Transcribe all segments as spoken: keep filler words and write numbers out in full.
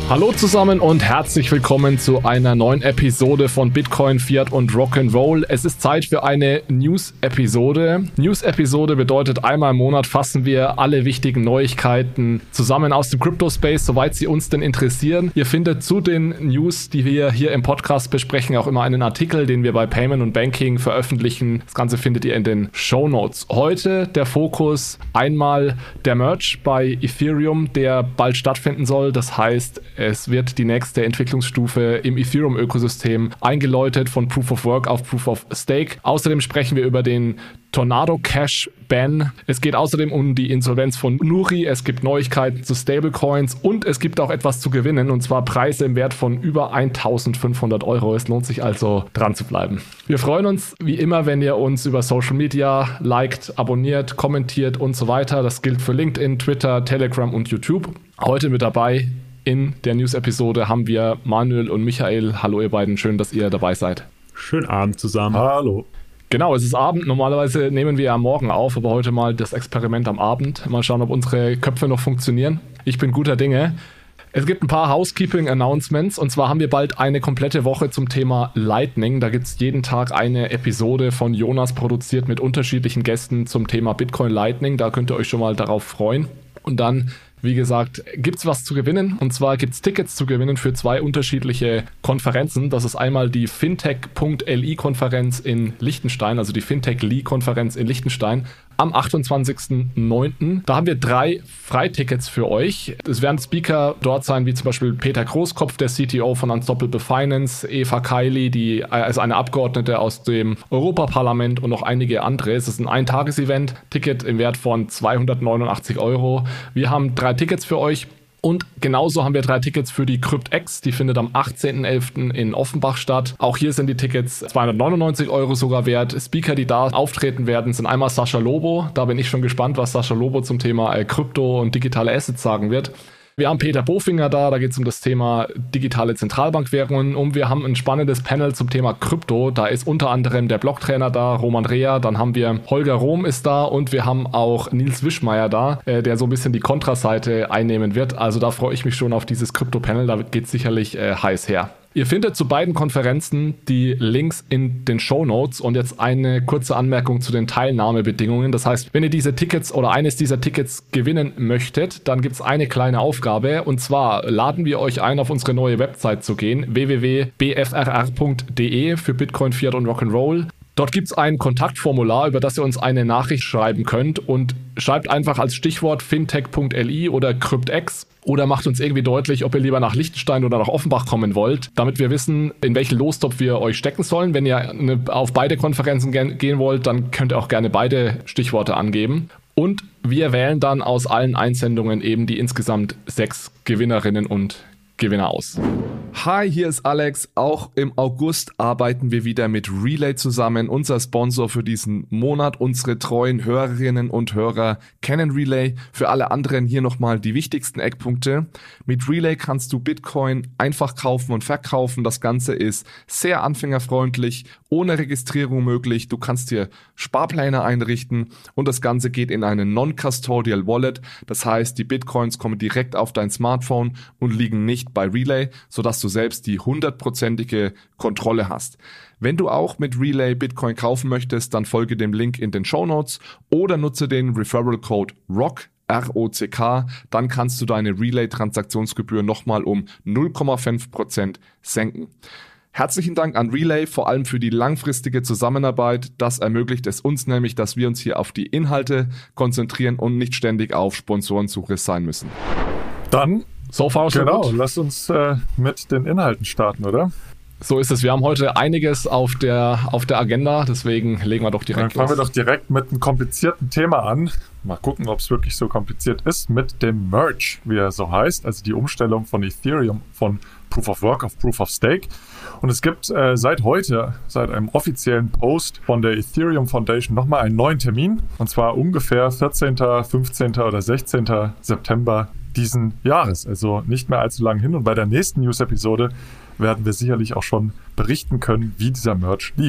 Hallo zusammen und herzlich willkommen zu einer neuen Episode von Bitcoin, Fiat und Rock'n'Roll. Es ist Zeit für eine News-Episode. News-Episode bedeutet, einmal im Monat fassen wir alle wichtigen Neuigkeiten zusammen aus dem Crypto-Space, soweit sie uns denn interessieren. Ihr findet zu den News, die wir hier im Podcast besprechen, auch immer einen Artikel, den wir bei Payment und Banking veröffentlichen. Das Ganze findet ihr in den Shownotes. Heute der Fokus einmal der Merge bei Ethereum, der bald stattfinden soll. Das heißt, es wird die nächste Entwicklungsstufe im Ethereum-Ökosystem eingeläutet von Proof of Work auf Proof of Stake. Außerdem sprechen wir über den Tornado Cash Ban. Es geht außerdem um die Insolvenz von Nuri. Es gibt Neuigkeiten zu Stablecoins und es gibt auch etwas zu gewinnen, und zwar Preise im Wert von über eintausendfünfhundert Euro. Es lohnt sich also, dran zu bleiben. Wir freuen uns wie immer, wenn ihr uns über Social Media liked, abonniert, kommentiert und so weiter. Das gilt für LinkedIn, Twitter, Telegram und YouTube. Heute mit dabei in der News-Episode haben wir Manuel und Michael. Hallo ihr beiden, schön, dass ihr dabei seid. Schönen Abend zusammen. Hallo. Genau, es ist Abend. Normalerweise nehmen wir ja morgen auf, aber heute mal das Experiment am Abend. Mal schauen, ob unsere Köpfe noch funktionieren. Ich bin guter Dinge. Es gibt ein paar Housekeeping-Announcements, und zwar haben wir bald eine komplette Woche zum Thema Lightning. Da gibt es jeden Tag eine Episode von Jonas produziert mit unterschiedlichen Gästen zum Thema Bitcoin Lightning. Da könnt ihr euch schon mal darauf freuen. Und dann, wie gesagt, gibt's was zu gewinnen. Und zwar gibt's Tickets zu gewinnen für zwei unterschiedliche Konferenzen. Das ist einmal die Fintech.li-Konferenz in Liechtenstein, also die Fintech-Li-Konferenz in Liechtenstein am achtundzwanzigsten neunten Da haben wir drei Freitickets für euch. Es werden Speaker dort sein, wie zum Beispiel Peter Großkopf, der C T O von Unstoppable Finance, Eva Kaili, die ist eine Abgeordnete aus dem Europaparlament, und noch einige andere. Es ist ein Eintages-Event, Ticket im Wert von zweihundertneunundachtzig Euro. Wir haben drei Tickets für euch. Und genauso haben wir drei Tickets für die CryptX, die findet am achtzehnten elften in Offenbach statt. Auch hier sind die Tickets zweihundertneunundneunzig Euro sogar wert. Speaker, die da auftreten werden, sind einmal Sascha Lobo. Da bin ich schon gespannt, was Sascha Lobo zum Thema äh, Krypto und digitale Assets sagen wird. Wir haben Peter Bofinger da, da geht es um das Thema digitale Zentralbankwährungen, und wir haben ein spannendes Panel zum Thema Krypto. Da ist unter anderem der Blocktrainer da, Roman Rea, dann haben wir Holger Rohm ist da, und wir haben auch Nils Wischmeier da, äh, der so ein bisschen die Kontraseite einnehmen wird. Also da freue ich mich schon auf dieses Krypto-Panel, da geht es sicherlich äh, heiß her. Ihr findet zu beiden Konferenzen die Links in den Shownotes, und jetzt eine kurze Anmerkung zu den Teilnahmebedingungen. Das heißt, wenn ihr diese Tickets oder eines dieser Tickets gewinnen möchtet, dann gibt es eine kleine Aufgabe, und zwar laden wir euch ein, auf unsere neue Website zu gehen, w w w punkt b f r r punkt d e für Bitcoin, Fiat und Rock'n'Roll. Dort gibt es ein Kontaktformular, über das ihr uns eine Nachricht schreiben könnt, und schreibt einfach als Stichwort fintech.li oder CryptX oder macht uns irgendwie deutlich, ob ihr lieber nach Liechtenstein oder nach Offenbach kommen wollt, damit wir wissen, in welchen Lostopf wir euch stecken sollen. Wenn ihr eine, auf beide Konferenzen ge- gehen wollt, dann könnt ihr auch gerne beide Stichworte angeben. Und wir wählen dann aus allen Einsendungen eben die insgesamt sechs Gewinnerinnen und Gewinner aus. Hi, hier ist Alex. Auch im August arbeiten wir wieder mit Relay zusammen, unser Sponsor für diesen Monat. Unsere treuen Hörerinnen und Hörer kennen Relay. Für alle anderen hier nochmal die wichtigsten Eckpunkte. Mit Relay kannst du Bitcoin einfach kaufen und verkaufen. Das Ganze ist sehr anfängerfreundlich, ohne Registrierung möglich. Du kannst dir Sparpläne einrichten, und das Ganze geht in eine Non-Custodial Wallet. Das heißt, die Bitcoins kommen direkt auf dein Smartphone und liegen nicht bei Relay, sodass du selbst die hundertprozentige Kontrolle hast. Wenn du auch mit Relay Bitcoin kaufen möchtest, dann folge dem Link in den Shownotes oder nutze den Referral Code ROCK, R O C K, dann kannst du deine Relay-Transaktionsgebühr nochmal um null Komma fünf Prozent senken. Herzlichen Dank an Relay, vor allem für die langfristige Zusammenarbeit. Das ermöglicht es uns nämlich, dass wir uns hier auf die Inhalte konzentrieren und nicht ständig auf Sponsorensuche sein müssen. Dann So far, so genau, gut. lass uns äh, mit den Inhalten starten, oder? So ist es. Wir haben heute einiges auf der, auf der Agenda, deswegen legen wir doch direkt Dann fangen los. wir doch direkt mit einem komplizierten Thema an. Mal gucken, ob es wirklich so kompliziert ist, mit dem Merge, wie er so heißt, also die Umstellung von Ethereum von Proof of Work auf Proof of Stake. Und es gibt äh, seit heute, seit einem offiziellen Post von der Ethereum Foundation nochmal einen neuen Termin, und zwar ungefähr vierzehnten, fünfzehnten oder sechzehnten September diesen Jahres, also nicht mehr allzu lang hin. Und bei der nächsten News-Episode werden wir sicherlich auch schon berichten können, wie dieser Merge lief.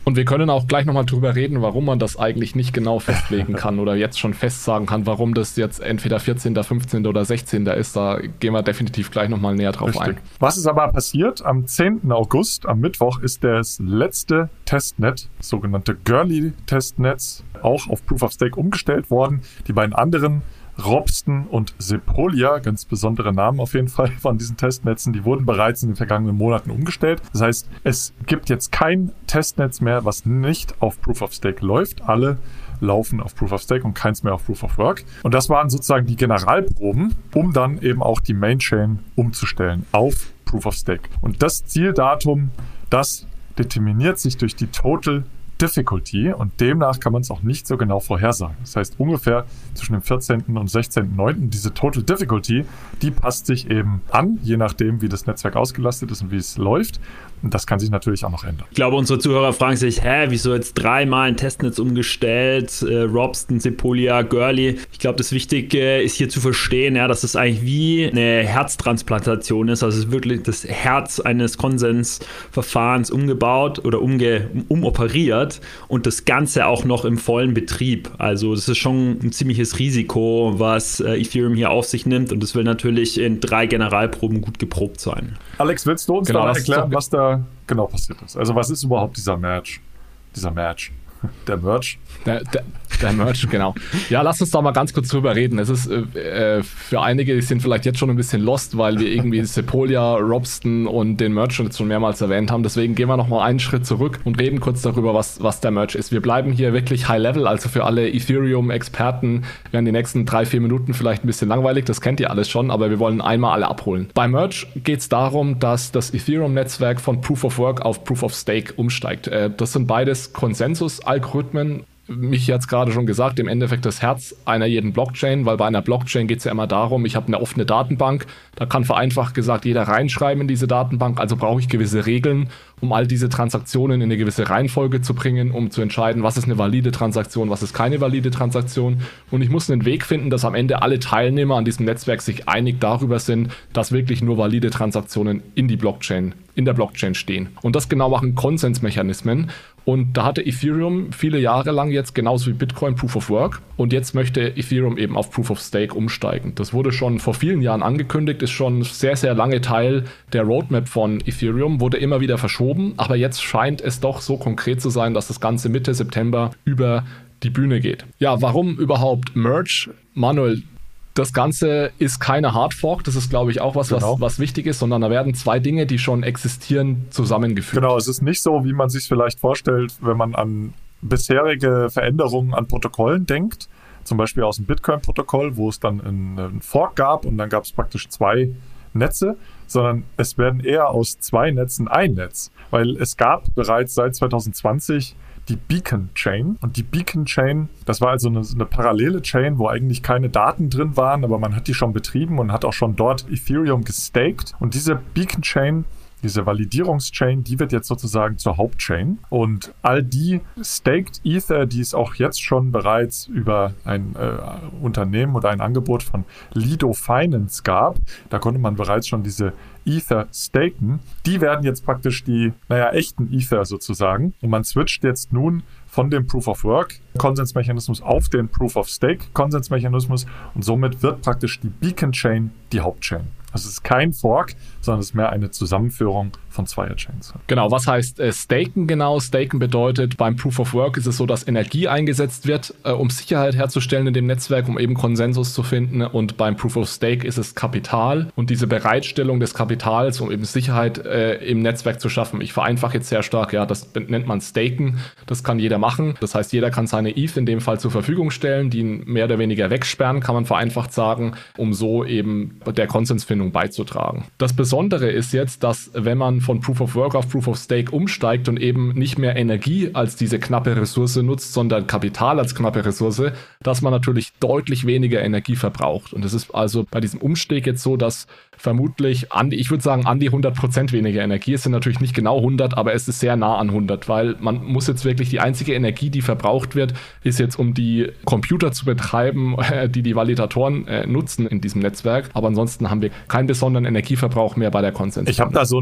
Und wir können auch gleich nochmal drüber reden, warum man das eigentlich nicht genau festlegen kann oder jetzt schon fest sagen kann, warum das jetzt entweder vierzehnten, fünfzehnten oder sechzehnten ist. Da gehen wir definitiv gleich nochmal näher drauf Richtig. ein. Was ist aber passiert? Am zehnten August, am Mittwoch, ist das letzte Testnet, das sogenannte Goerli-Testnetz, auch auf Proof of Stake umgestellt worden. Die beiden anderen, Ropsten und Sepolia, ganz besondere Namen auf jeden Fall von diesen Testnetzen, die wurden bereits in den vergangenen Monaten umgestellt. Das heißt, es gibt jetzt kein Testnetz mehr, was nicht auf Proof of Stake läuft. Alle laufen auf Proof of Stake und keins mehr auf Proof of Work. Und das waren sozusagen die Generalproben, um dann eben auch die Mainchain umzustellen auf Proof of Stake. Und das Zieldatum, das determiniert sich durch die Total Difficulty und demnach kann man es auch nicht so genau vorhersagen. Das heißt, ungefähr zwischen dem vierzehnten und sechzehnten neunten diese Total Difficulty, die passt sich eben an, je nachdem, wie das Netzwerk ausgelastet ist und wie es läuft. Und das kann sich natürlich auch noch ändern. Ich glaube, unsere Zuhörer fragen sich, hä, wieso jetzt dreimal ein Testnetz umgestellt, äh, Ropsten, Sepolia, Goerli. Ich glaube, das Wichtige ist hier zu verstehen, ja, dass es eigentlich wie eine Herztransplantation ist. Also es ist wirklich das Herz eines Konsensverfahrens umgebaut oder umge- umoperiert und das Ganze auch noch im vollen Betrieb. Also das ist schon ein ziemliches Risiko, was äh, Ethereum hier auf sich nimmt und das will natürlich in drei Generalproben gut geprobt sein. Alex, willst du uns genau, da mal erklären, so, was da genau passiert ist? Also was ist überhaupt dieser Merge? Dieser Merge? Der Merge? Der, der, der Merge, genau. Ja, lass uns da mal ganz kurz drüber reden. Es ist äh, für einige, die sind vielleicht jetzt schon ein bisschen lost, weil wir irgendwie Sepolia, Ropsten und den Merge schon mehrmals erwähnt haben. Deswegen gehen wir nochmal einen Schritt zurück und reden kurz darüber, was, was der Merge ist. Wir bleiben hier wirklich High Level, also für alle Ethereum-Experten werden die nächsten drei, vier Minuten vielleicht ein bisschen langweilig, das kennt ihr alles schon, aber wir wollen einmal alle abholen. Beim Merge geht es darum, dass das Ethereum-Netzwerk von Proof of Work auf Proof of Stake umsteigt. Äh, das sind beides Konsensus-Algorithmen. Mich jetzt gerade schon gesagt, im Endeffekt das Herz einer jeden Blockchain, weil bei einer Blockchain geht es ja immer darum, ich habe eine offene Datenbank, da kann vereinfacht gesagt jeder reinschreiben in diese Datenbank, also brauche ich gewisse Regeln, um all diese Transaktionen in eine gewisse Reihenfolge zu bringen, um zu entscheiden, was ist eine valide Transaktion, was ist keine valide Transaktion. Und ich muss einen Weg finden, dass am Ende alle Teilnehmer an diesem Netzwerk sich einig darüber sind, dass wirklich nur valide Transaktionen in die Blockchain, in der Blockchain stehen. Und das genau machen Konsensmechanismen. Und da hatte Ethereum viele Jahre lang jetzt genauso wie Bitcoin Proof of Work. Und jetzt möchte Ethereum eben auf Proof of Stake umsteigen. Das wurde schon vor vielen Jahren angekündigt, ist schon sehr, sehr lange Teil der Roadmap von Ethereum, wurde immer wieder verschoben. Aber jetzt scheint es doch so konkret zu sein, dass das Ganze Mitte September über die Bühne geht. Ja, warum überhaupt Merge? Manuel, das Ganze ist keine Hardfork, das ist, glaube ich, auch was, genau. was, was wichtig ist, sondern da werden zwei Dinge, die schon existieren, zusammengefügt. Genau, es ist nicht so, wie man sich vielleicht vorstellt, wenn man an bisherige Veränderungen an Protokollen denkt, zum Beispiel aus dem Bitcoin-Protokoll, wo es dann einen Fork gab und dann gab es praktisch zwei Netze, sondern es werden eher aus zwei Netzen ein Netz, weil es gab bereits seit zwanzig zwanzig die Beacon Chain. Und die Beacon Chain, das war also eine, eine parallele Chain, wo eigentlich keine Daten drin waren, aber man hat die schon betrieben und hat auch schon dort Ethereum gestaked. Und diese Beacon Chain, diese Validierungschain, die wird jetzt sozusagen zur Hauptchain. Und all die Staked Ether, die es auch jetzt schon bereits über ein äh, Unternehmen oder ein Angebot von Lido Finance gab, da konnte man bereits schon diese Ether staken, die werden jetzt praktisch die, naja, echten Ether sozusagen. Und man switcht jetzt nun von dem Proof of Work Konsensmechanismus auf den Proof of Stake Konsensmechanismus und somit wird praktisch die Beacon Chain die Hauptchain. Also es ist kein Fork, sondern es ist mehr eine Zusammenführung von Zweier-Chains. Genau, was heißt äh, Staken genau? Staken bedeutet, beim Proof of Work ist es so, dass Energie eingesetzt wird, äh, um Sicherheit herzustellen in dem Netzwerk, um eben Konsensus zu finden. Und beim Proof of Stake ist es Kapital und diese Bereitstellung des Kapitals, um eben Sicherheit äh, im Netzwerk zu schaffen. Ich vereinfache jetzt sehr stark, ja, das nennt man Staken. Das kann jeder machen. Das heißt, jeder kann seine E T H in dem Fall zur Verfügung stellen, die ihn mehr oder weniger wegsperren, kann man vereinfacht sagen, um so eben der Konsensfindung beizutragen. Das Besondere ist jetzt, dass wenn man von Proof of Work auf Proof of Stake umsteigt und eben nicht mehr Energie als diese knappe Ressource nutzt, sondern Kapital als knappe Ressource, dass man natürlich deutlich weniger Energie verbraucht. Und es ist also bei diesem Umstieg jetzt so, dass vermutlich, an die, ich würde sagen, an die hundert Prozent weniger Energie. Es sind natürlich nicht genau hundert, aber es ist sehr nah an hundert, weil man muss jetzt wirklich, die einzige Energie, die verbraucht wird, ist jetzt, um die Computer zu betreiben, die die Validatoren äh, nutzen in diesem Netzwerk. Aber ansonsten haben wir keinen besonderen Energieverbrauch mehr bei der Konsens. Ich habe da so ein Bild gesehen,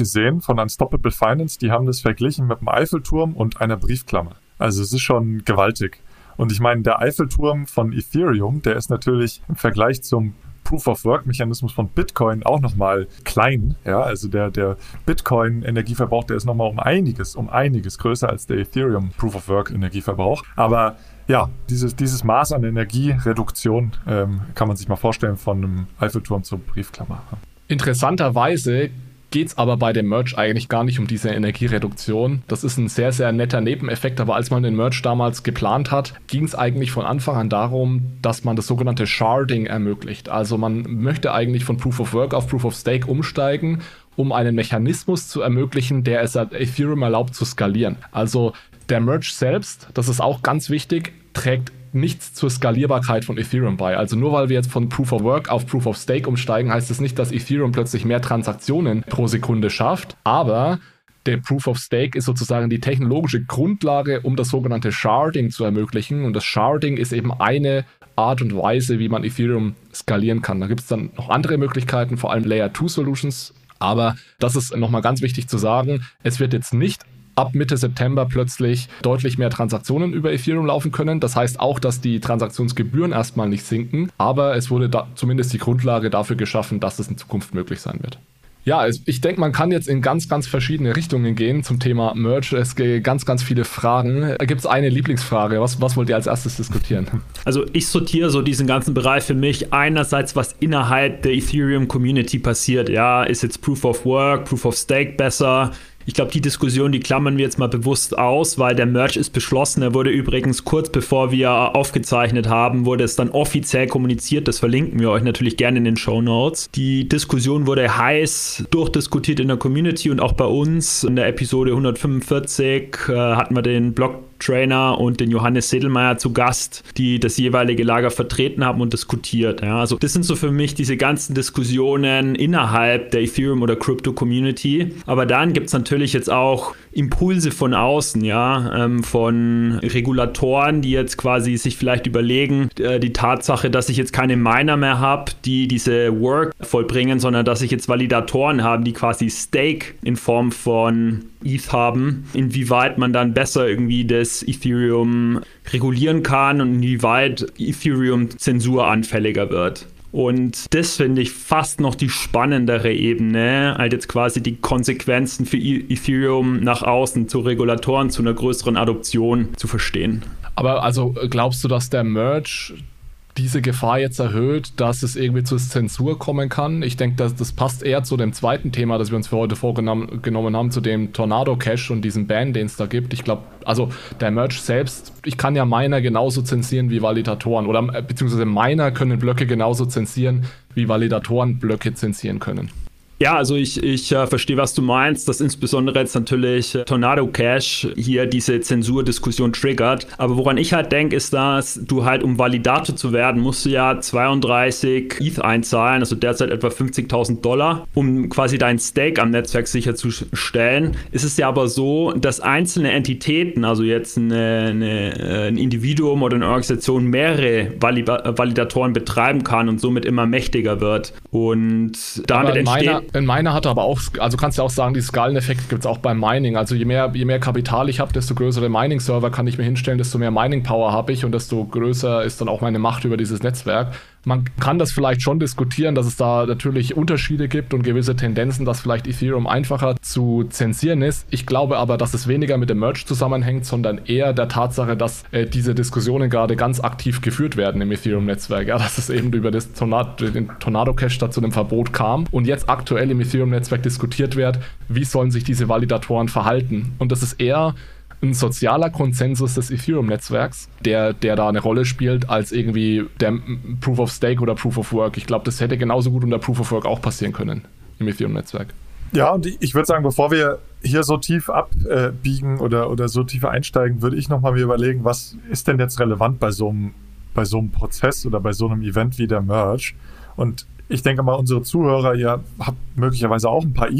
gesehen von Unstoppable Finance, die haben das verglichen mit einem Eiffelturm und einer Briefklammer. Also es ist schon gewaltig. Und ich meine, der Eiffelturm von Ethereum, der ist natürlich im Vergleich zum Proof-of-Work-Mechanismus von Bitcoin auch nochmal klein. Ja, also der, der Bitcoin-Energieverbrauch, der ist nochmal um einiges, um einiges größer als der Ethereum Proof-of-Work-Energieverbrauch. Aber ja, dieses, dieses Maß an Energiereduktion ähm, kann man sich mal vorstellen von einem Eiffelturm zur Briefklammer. Interessanterweise geht es aber bei dem Merge eigentlich gar nicht um diese Energiereduktion. Das ist ein sehr, sehr netter Nebeneffekt, aber als man den Merge damals geplant hat, ging es eigentlich von Anfang an darum, dass man das sogenannte Sharding ermöglicht. Also man möchte eigentlich von Proof of Work auf Proof of Stake umsteigen, um einen Mechanismus zu ermöglichen, der es Ethereum erlaubt zu skalieren. Also der Merge selbst, das ist auch ganz wichtig, trägt nichts zur Skalierbarkeit von Ethereum bei. Also nur weil wir jetzt von Proof of Work auf Proof of Stake umsteigen, heißt das nicht, dass Ethereum plötzlich mehr Transaktionen pro Sekunde schafft, aber der Proof of Stake ist sozusagen die technologische Grundlage, um das sogenannte Sharding zu ermöglichen, und das Sharding ist eben eine Art und Weise, wie man Ethereum skalieren kann. Da gibt es dann noch andere Möglichkeiten, vor allem Layer zwei Solutions, aber das ist nochmal ganz wichtig zu sagen, es wird jetzt nicht ab Mitte September plötzlich deutlich mehr Transaktionen über Ethereum laufen können. Das heißt auch, dass die Transaktionsgebühren erstmal nicht sinken, aber es wurde da zumindest die Grundlage dafür geschaffen, dass es in Zukunft möglich sein wird. Ja, ich denke, man kann jetzt in ganz, ganz verschiedene Richtungen gehen zum Thema Merge. Es gibt ganz, ganz viele Fragen. Da gibt es eine Lieblingsfrage. Was, was wollt ihr als erstes diskutieren? Also ich sortiere so diesen ganzen Bereich für mich. Einerseits, was innerhalb der Ethereum-Community passiert. Ja, ist jetzt Proof of Work, Proof of Stake besser? Ich glaube, die Diskussion, die klammern wir jetzt mal bewusst aus, weil der Merge ist beschlossen. Er wurde übrigens kurz bevor wir aufgezeichnet haben, wurde es dann offiziell kommuniziert. Das verlinken wir euch natürlich gerne in den Shownotes. Die Diskussion wurde heiß durchdiskutiert in der Community und auch bei uns. In der Episode hundertfünfundvierzig äh, hatten wir den Blocktrainer und den Johannes Sedelmeier zu Gast, die das jeweilige Lager vertreten haben und diskutiert. Ja, also das sind so für mich diese ganzen Diskussionen innerhalb der Ethereum- oder Crypto-Community. Aber dann gibt es natürlich jetzt auch Impulse von außen, ja, ähm, von Regulatoren, die jetzt quasi sich vielleicht überlegen, äh, die Tatsache, dass ich jetzt keine Miner mehr habe, die diese Work vollbringen, sondern dass ich jetzt Validatoren habe, die quasi Stake in Form von E T H haben, inwieweit man dann besser irgendwie das Ethereum regulieren kann und inwieweit Ethereum zensuranfälliger wird. Und das finde ich fast noch die spannendere Ebene, halt jetzt quasi die Konsequenzen für Ethereum nach außen zu Regulatoren, zu einer größeren Adoption zu verstehen. Aber also glaubst du, dass der Merge diese Gefahr jetzt erhöht, dass es irgendwie zur Zensur kommen kann? Ich denke, das, das passt eher zu dem zweiten Thema, das wir uns für heute vorgenommen haben, zu dem Tornado Cash und diesem Ban, den es da gibt. Ich glaube, also der Merge selbst, ich kann ja Miner genauso zensieren wie Validatoren oder beziehungsweise Miner können Blöcke genauso zensieren, wie Validatoren Blöcke zensieren können. Ja, also ich, ich äh, verstehe, was du meinst, dass insbesondere jetzt natürlich äh, Tornado Cash hier diese Zensurdiskussion triggert. Aber woran ich halt denke, ist, dass du halt, um Validator zu werden, musst du ja zweiunddreißig E T H einzahlen, also derzeit etwa fünfzigtausend Dollar, um quasi deinen Stake am Netzwerk sicherzustellen. Ist es ja aber so, dass einzelne Entitäten, also jetzt eine, eine, ein Individuum oder eine Organisation mehrere Valida- Validatoren betreiben kann und somit immer mächtiger wird. Und damit entsteht... Ein Miner hat aber auch, also kannst du ja auch sagen, die Skaleneffekte gibt es auch beim Mining. Also je mehr, je mehr Kapital ich habe, desto größere Mining-Server kann ich mir hinstellen, desto mehr Mining-Power habe ich und desto größer ist dann auch meine Macht über dieses Netzwerk. Man kann das vielleicht schon diskutieren, dass es da natürlich Unterschiede gibt und gewisse Tendenzen, dass vielleicht Ethereum einfacher zu zensieren ist. Ich glaube aber, dass es weniger mit dem Merge zusammenhängt, sondern eher der Tatsache, dass äh, diese Diskussionen gerade ganz aktiv geführt werden im Ethereum-Netzwerk. Ja, dass es eben über das Tornado, den Tornado-Cache da zu einem Verbot kam und jetzt aktuell im Ethereum-Netzwerk diskutiert wird, wie sollen sich diese Validatoren verhalten. Und das ist eher ein sozialer Konsensus des Ethereum-Netzwerks, der, der da eine Rolle spielt, als irgendwie der Proof of Stake oder Proof of Work. Ich glaube, das hätte genauso gut unter Proof of Work auch passieren können im Ethereum-Netzwerk. Ja, und ich würde sagen, bevor wir hier so tief abbiegen äh, oder, oder so tief einsteigen, würde ich nochmal mir überlegen, was ist denn jetzt relevant bei so einem, bei so einem Prozess oder bei so einem Event wie der Merge? Und ich denke mal, unsere Zuhörer, ihr habt möglicherweise auch ein paar E T H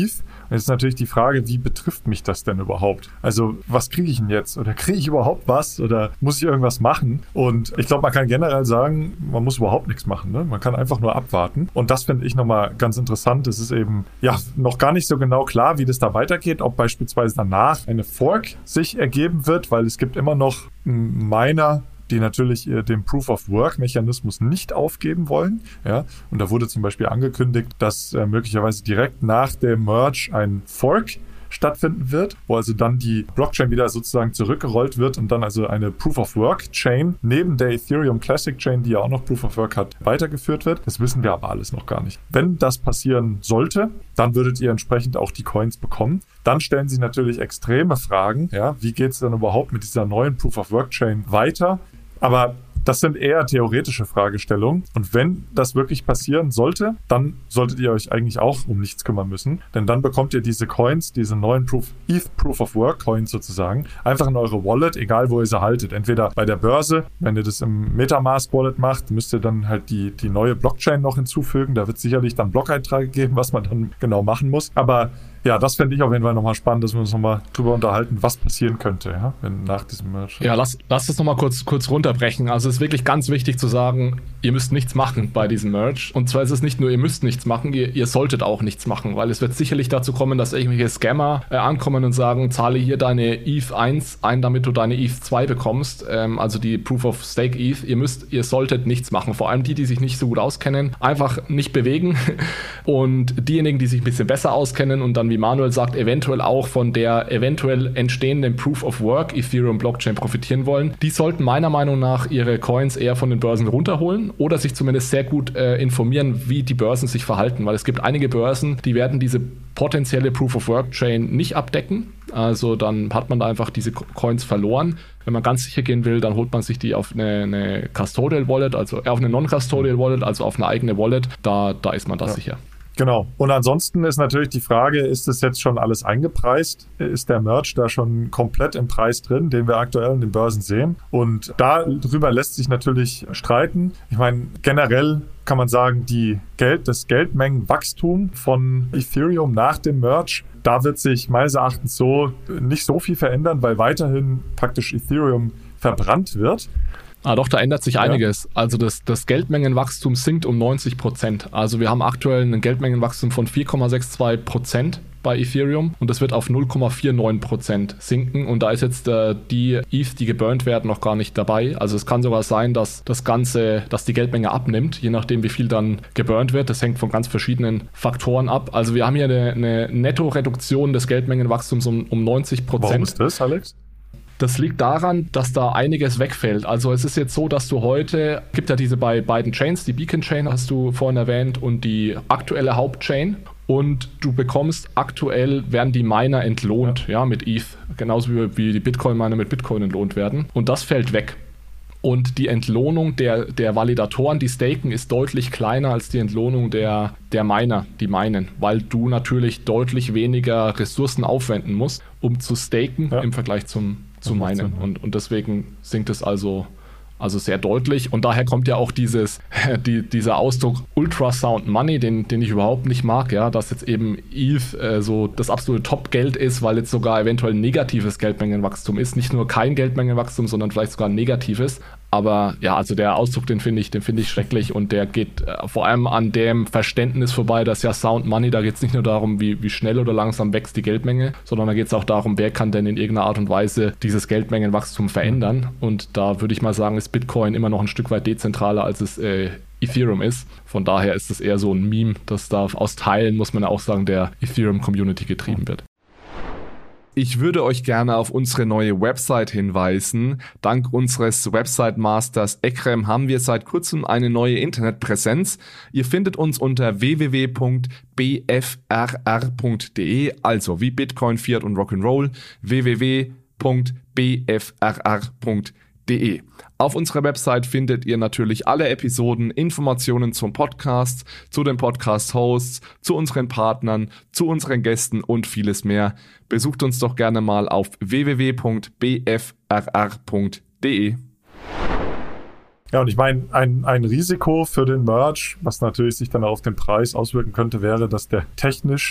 Jetzt ist natürlich die Frage, wie betrifft mich das denn überhaupt? Also was kriege ich denn jetzt? Oder kriege ich überhaupt was? Oder muss ich irgendwas machen? Und ich glaube, man kann generell sagen, man muss überhaupt nichts machen. Ne? Man kann einfach nur abwarten. Und das finde ich nochmal ganz interessant. Es ist eben ja noch gar nicht so genau klar, wie das da weitergeht, ob beispielsweise danach eine Fork sich ergeben wird, weil es gibt immer noch Miner, die natürlich äh, den Proof-of-Work-Mechanismus nicht aufgeben wollen. Ja? Und da wurde zum Beispiel angekündigt, dass äh, möglicherweise direkt nach dem Merge ein Fork stattfinden wird, wo also dann die Blockchain wieder sozusagen zurückgerollt wird und dann also eine Proof-of-Work-Chain neben der Ethereum Classic Chain, die ja auch noch Proof-of-Work hat, weitergeführt wird. Das wissen wir aber alles noch gar nicht. Wenn das passieren sollte, dann würdet ihr entsprechend auch die Coins bekommen. Dann stellen sich natürlich extreme Fragen. Ja, wie geht es dann überhaupt mit dieser neuen Proof-of-Work-Chain weiter? Aber das sind eher theoretische Fragestellungen. Und wenn das wirklich passieren sollte, dann solltet ihr euch eigentlich auch um nichts kümmern müssen. Denn dann bekommt ihr diese Coins, diese neuen Proof, E T H Proof-of-Work Coins sozusagen, einfach in eure Wallet, egal wo ihr sie haltet. Entweder bei der Börse, wenn ihr das im Metamask Wallet macht, müsst ihr dann halt die, die neue Blockchain noch hinzufügen. Da wird es sicherlich dann Blog-Einträge geben, was man dann genau machen muss. Aber ja, das fände ich auf jeden Fall nochmal spannend, dass wir uns nochmal drüber unterhalten, was passieren könnte, ja, wenn nach diesem Merge. Ja, lass, lass das nochmal kurz, kurz runterbrechen. Also es ist wirklich ganz wichtig zu sagen, ihr müsst nichts machen bei diesem Merge. Und zwar ist es nicht nur, ihr müsst nichts machen, ihr, ihr solltet auch nichts machen, weil es wird sicherlich dazu kommen, dass irgendwelche Scammer äh, ankommen und sagen, zahle hier deine E T H eins ein, damit du deine E T H zwei bekommst, ähm, also die Proof-of-Stake-E T H. Ihr müsst, ihr solltet nichts machen. Vor allem die, die sich nicht so gut auskennen, einfach nicht bewegen. Und diejenigen, die sich ein bisschen besser auskennen und dann, wie Manuel sagt, eventuell auch von der eventuell entstehenden Proof-of-Work Ethereum Blockchain profitieren wollen, die sollten meiner Meinung nach ihre Coins eher von den Börsen runterholen oder sich zumindest sehr gut äh, informieren, wie die Börsen sich verhalten, weil es gibt einige Börsen, die werden diese potenzielle Proof-of-Work-Chain nicht abdecken. Also dann hat man da einfach diese Coins verloren. Wenn man ganz sicher gehen will, dann holt man sich die auf eine, eine Custodial Wallet, also auf eine Non-Custodial Wallet, also auf eine eigene Wallet. Da, da ist man da ja sicher. Genau. Und ansonsten ist natürlich die Frage, ist das jetzt schon alles eingepreist? Ist der Merge da schon komplett im Preis drin, den wir aktuell in den Börsen sehen? Und darüber lässt sich natürlich streiten. Ich meine, generell kann man sagen, die Geld, das Geldmengenwachstum von Ethereum nach dem Merge, da wird sich meines Erachtens so nicht so viel verändern, weil weiterhin praktisch Ethereum verbrannt wird. Ah, doch, da ändert sich einiges. Ja. Also das, das Geldmengenwachstum sinkt um neunzig Prozent. Also wir haben aktuell ein Geldmengenwachstum von vier Komma zweiundsechzig Prozent bei Ethereum und das wird auf null Komma neunundvierzig Prozent sinken und da ist jetzt äh, die E T H, die geburnt werden, noch gar nicht dabei. Also es kann sogar sein, dass das Ganze, dass die Geldmenge abnimmt, je nachdem wie viel dann geburnt wird. Das hängt von ganz verschiedenen Faktoren ab. Also wir haben hier eine, eine Netto-Reduktion des Geldmengenwachstums um, um neunzig Prozent. Warum ist das, Alex? Das liegt daran, dass da einiges wegfällt. Also es ist jetzt so, dass du heute, gibt ja diese bei beiden Chains, die Beacon Chain hast du vorhin erwähnt und die aktuelle Hauptchain. Und du bekommst aktuell, werden die Miner entlohnt, ja, mit E T H. Genauso wie, wie die Bitcoin-Miner mit Bitcoin entlohnt werden. Und das fällt weg. Und die Entlohnung der, der Validatoren, die staken, ist deutlich kleiner als die Entlohnung der, der Miner, die minen, weil du natürlich deutlich weniger Ressourcen aufwenden musst, um zu staken ja. im Vergleich zum, zu minen. Und, und deswegen sinkt es also, also sehr deutlich. Und daher kommt ja auch dieses, die, dieser Ausdruck Ultrasound Money, den, den ich überhaupt nicht mag, ja, dass jetzt eben E T H äh, so das absolute Top-Geld ist, weil jetzt sogar eventuell ein negatives Geldmengenwachstum ist. Nicht nur kein Geldmengenwachstum, sondern vielleicht sogar ein negatives. Aber ja, also der Ausdruck, den finde ich, den finde ich schrecklich und der geht äh, vor allem an dem Verständnis vorbei, dass ja Sound Money, da geht es nicht nur darum, wie, wie schnell oder langsam wächst die Geldmenge, sondern da geht es auch darum, wer kann denn in irgendeiner Art und Weise dieses Geldmengenwachstum verändern. Und da würde ich mal sagen, ist Bitcoin immer noch ein Stück weit dezentraler, als es äh, Ethereum ist. Von daher ist es eher so ein Meme, das da aus Teilen, muss man auch sagen, der Ethereum-Community getrieben wird. Ich würde euch gerne auf unsere neue Website hinweisen. Dank unseres Website-Masters Ekrem haben wir seit kurzem eine neue Internetpräsenz. Ihr findet uns unter w w w punkt b f r r punkt d e, also wie Bitcoin, Fiat und Rock'n'Roll, w w w punkt b f r r punkt d e. Auf unserer Website findet ihr natürlich alle Episoden, Informationen zum Podcast, zu den Podcast-Hosts, zu unseren Partnern, zu unseren Gästen und vieles mehr. Besucht uns doch gerne mal auf w w w punkt b f r r punkt d e. Ja, und ich meine, ein, ein Risiko für den Merge, was natürlich sich dann auf den Preis auswirken könnte, wäre, dass der technisch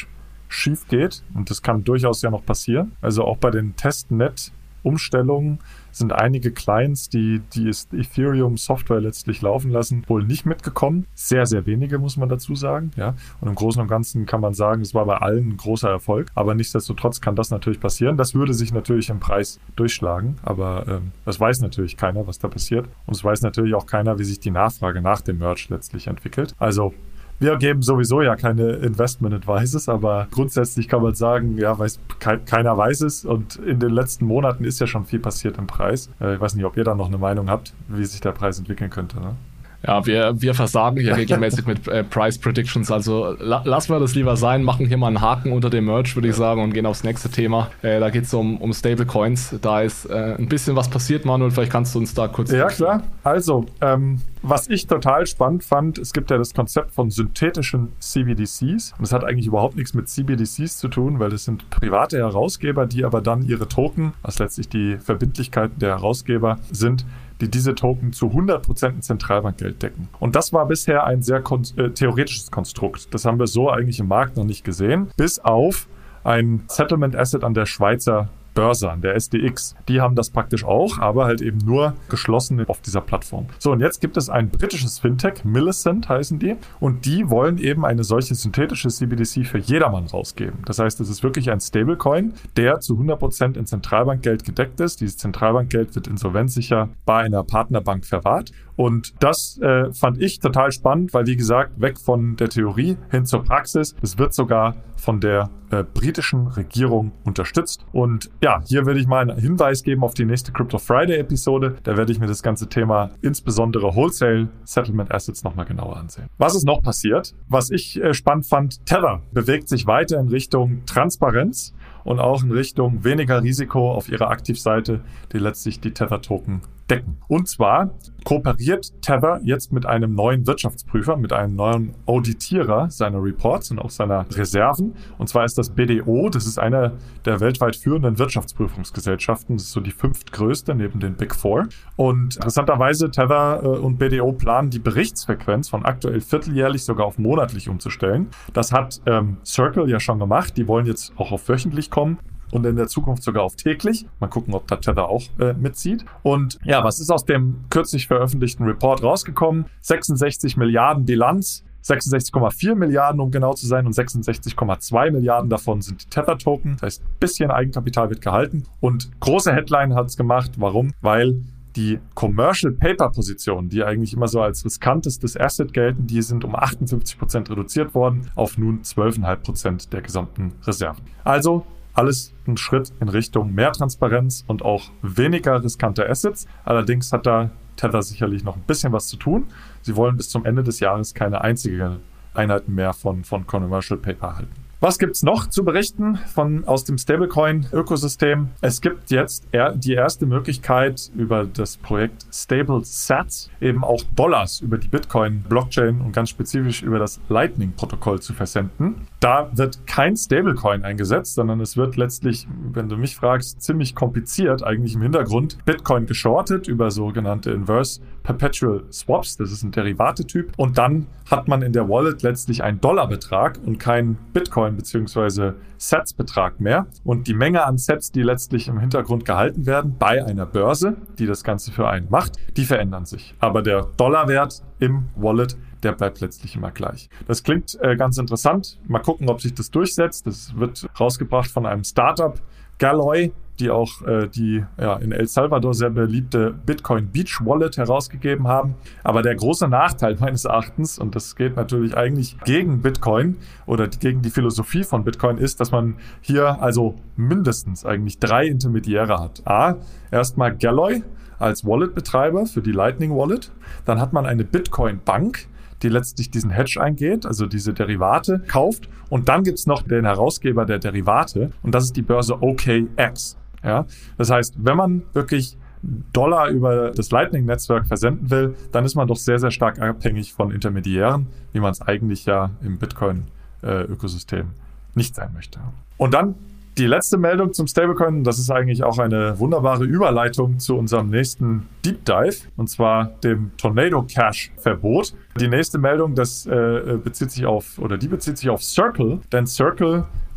schief geht. Und das kann durchaus ja noch passieren. Also auch bei den Testnet-Umstellungen sind einige Clients, die die Ethereum-Software letztlich laufen lassen, wohl nicht mitgekommen. Sehr, sehr wenige, muss man dazu sagen. Ja? Und im Großen und Ganzen kann man sagen, es war bei allen ein großer Erfolg. Aber nichtsdestotrotz kann das natürlich passieren. Das würde sich natürlich im Preis durchschlagen. Aber ähm, das weiß natürlich keiner, was da passiert. Und es weiß natürlich auch keiner, wie sich die Nachfrage nach dem Merge letztlich entwickelt. Also wir geben sowieso ja keine Investment Advices, aber grundsätzlich kann man sagen, ja, weiß, ke- keiner weiß es und in den letzten Monaten ist ja schon viel passiert im Preis. Äh, ich weiß nicht, ob ihr da noch eine Meinung habt, wie sich der Preis entwickeln könnte, ne? Ja, wir, wir versagen hier regelmäßig mit äh, Price Predictions, also la- lassen wir das lieber sein, machen hier mal einen Haken unter dem Merch, würde ich sagen, und gehen aufs nächste Thema. Äh, da geht es um, um Stablecoins, da ist äh, ein bisschen was passiert, Manuel, vielleicht kannst du uns da kurz... Ja, klar. Also, ähm, was ich total spannend fand, es gibt ja das Konzept von synthetischen C B D Cs und das hat eigentlich überhaupt nichts mit C B D Cs zu tun, weil das sind private Herausgeber, die aber dann ihre Token, was letztlich die Verbindlichkeiten der Herausgeber sind, die diese Token zu hundert Prozent in Zentralbankgeld decken. Und das war bisher ein sehr kon- äh, theoretisches Konstrukt. Das haben wir so eigentlich im Markt noch nicht gesehen, bis auf ein Settlement Asset an der Schweizer Börse, an der S D X. Die haben das praktisch auch, aber halt eben nur geschlossen auf dieser Plattform. So, und jetzt gibt es ein britisches Fintech, Millicent heißen die, und die wollen eben eine solche synthetische C B D C für jedermann rausgeben. Das heißt, es ist wirklich ein Stablecoin, der zu hundert Prozent in Zentralbankgeld gedeckt ist. Dieses Zentralbankgeld wird insolvenzsicher bei einer Partnerbank verwahrt. Und das äh, fand ich total spannend, weil, wie gesagt, weg von der Theorie hin zur Praxis. Es wird sogar von der äh, britischen Regierung unterstützt. Und ja, hier würde ich mal einen Hinweis geben auf die nächste Crypto Friday-Episode. Da werde ich mir das ganze Thema, insbesondere Wholesale Settlement Assets, nochmal genauer ansehen. Was ist noch passiert? Was ich äh, spannend fand, Tether bewegt sich weiter in Richtung Transparenz und auch in Richtung weniger Risiko auf ihrer Aktivseite, die letztlich die Tether-Token decken. Und zwar kooperiert Tether jetzt mit einem neuen Wirtschaftsprüfer, mit einem neuen Auditierer seiner Reports und auch seiner Reserven. Und zwar ist das B D O, das ist eine der weltweit führenden Wirtschaftsprüfungsgesellschaften. Das ist so die fünftgrößte neben den Big Four. Und interessanterweise, Tether äh, und B D O planen die Berichtsfrequenz von aktuell vierteljährlich sogar auf monatlich umzustellen. Das hat ähm, Circle ja schon gemacht. Die wollen jetzt auch auf wöchentlich kommen. Und in der Zukunft sogar auf täglich. Mal gucken, ob da Tether auch äh, mitzieht. Und ja, was ist aus dem kürzlich veröffentlichten Report rausgekommen? sechsundsechzig Milliarden Bilanz, sechsundsechzig Komma vier Milliarden, um genau zu sein, und sechsundsechzig Komma zwei Milliarden davon sind die Tether-Token. Das heißt, ein bisschen Eigenkapital wird gehalten. Und große Headline hat es gemacht. Warum? Weil die Commercial Paper Positionen, die eigentlich immer so als riskantestes Asset gelten, die sind um achtundfünfzig Prozent reduziert worden auf nun zwölf Komma fünf Prozent der gesamten Reserven. Also alles ein Schritt in Richtung mehr Transparenz und auch weniger riskante Assets. Allerdings hat da Tether sicherlich noch ein bisschen was zu tun. Sie wollen bis zum Ende des Jahres keine einzige Einheiten mehr von, von Commercial Paper halten. Was gibt's noch zu berichten von, aus dem Stablecoin-Ökosystem? Es gibt jetzt er, die erste Möglichkeit, über das Projekt StableSats eben auch Dollars über die Bitcoin-Blockchain und ganz spezifisch über das Lightning-Protokoll zu versenden. Da wird kein Stablecoin eingesetzt, sondern es wird letztlich, wenn du mich fragst, ziemlich kompliziert eigentlich im Hintergrund Bitcoin geschortet über sogenannte Inverse Perpetual Swaps. Das ist ein Derivatetyp. Und dann hat man in der Wallet letztlich einen Dollarbetrag und keinen Bitcoin bzw. Sats-Betrag mehr. Und die Menge an Sats, die letztlich im Hintergrund gehalten werden bei einer Börse, die das Ganze für einen macht, die verändern sich. Aber der Dollarwert im Wallet, der bleibt letztlich immer gleich. Das klingt äh, ganz interessant. Mal gucken, ob sich das durchsetzt. Das wird rausgebracht von einem Startup, Galoy, die auch äh, die ja, in El Salvador sehr beliebte Bitcoin Beach Wallet herausgegeben haben. Aber der große Nachteil meines Erachtens, und das geht natürlich eigentlich gegen Bitcoin oder gegen die Philosophie von Bitcoin, ist, dass man hier also mindestens eigentlich drei Intermediäre hat. A, erstmal Galoy als Wallet-Betreiber für die Lightning Wallet. Dann hat man eine Bitcoin-Bank, die letztlich diesen Hedge eingeht, also diese Derivate kauft. Und dann gibt's noch den Herausgeber der Derivate und das ist die Börse O K X. Ja? Das heißt, wenn man wirklich Dollar über das Lightning-Netzwerk versenden will, dann ist man doch sehr, sehr stark abhängig von Intermediären, wie man es eigentlich ja im Bitcoin-Ökosystem nicht sein möchte. Und dann die letzte Meldung zum Stablecoin, das ist eigentlich auch eine wunderbare Überleitung zu unserem nächsten Deep Dive, und zwar dem Tornado Cash Verbot. Die nächste Meldung, das äh, bezieht sich auf, oder die bezieht sich auf Circle, denn Circle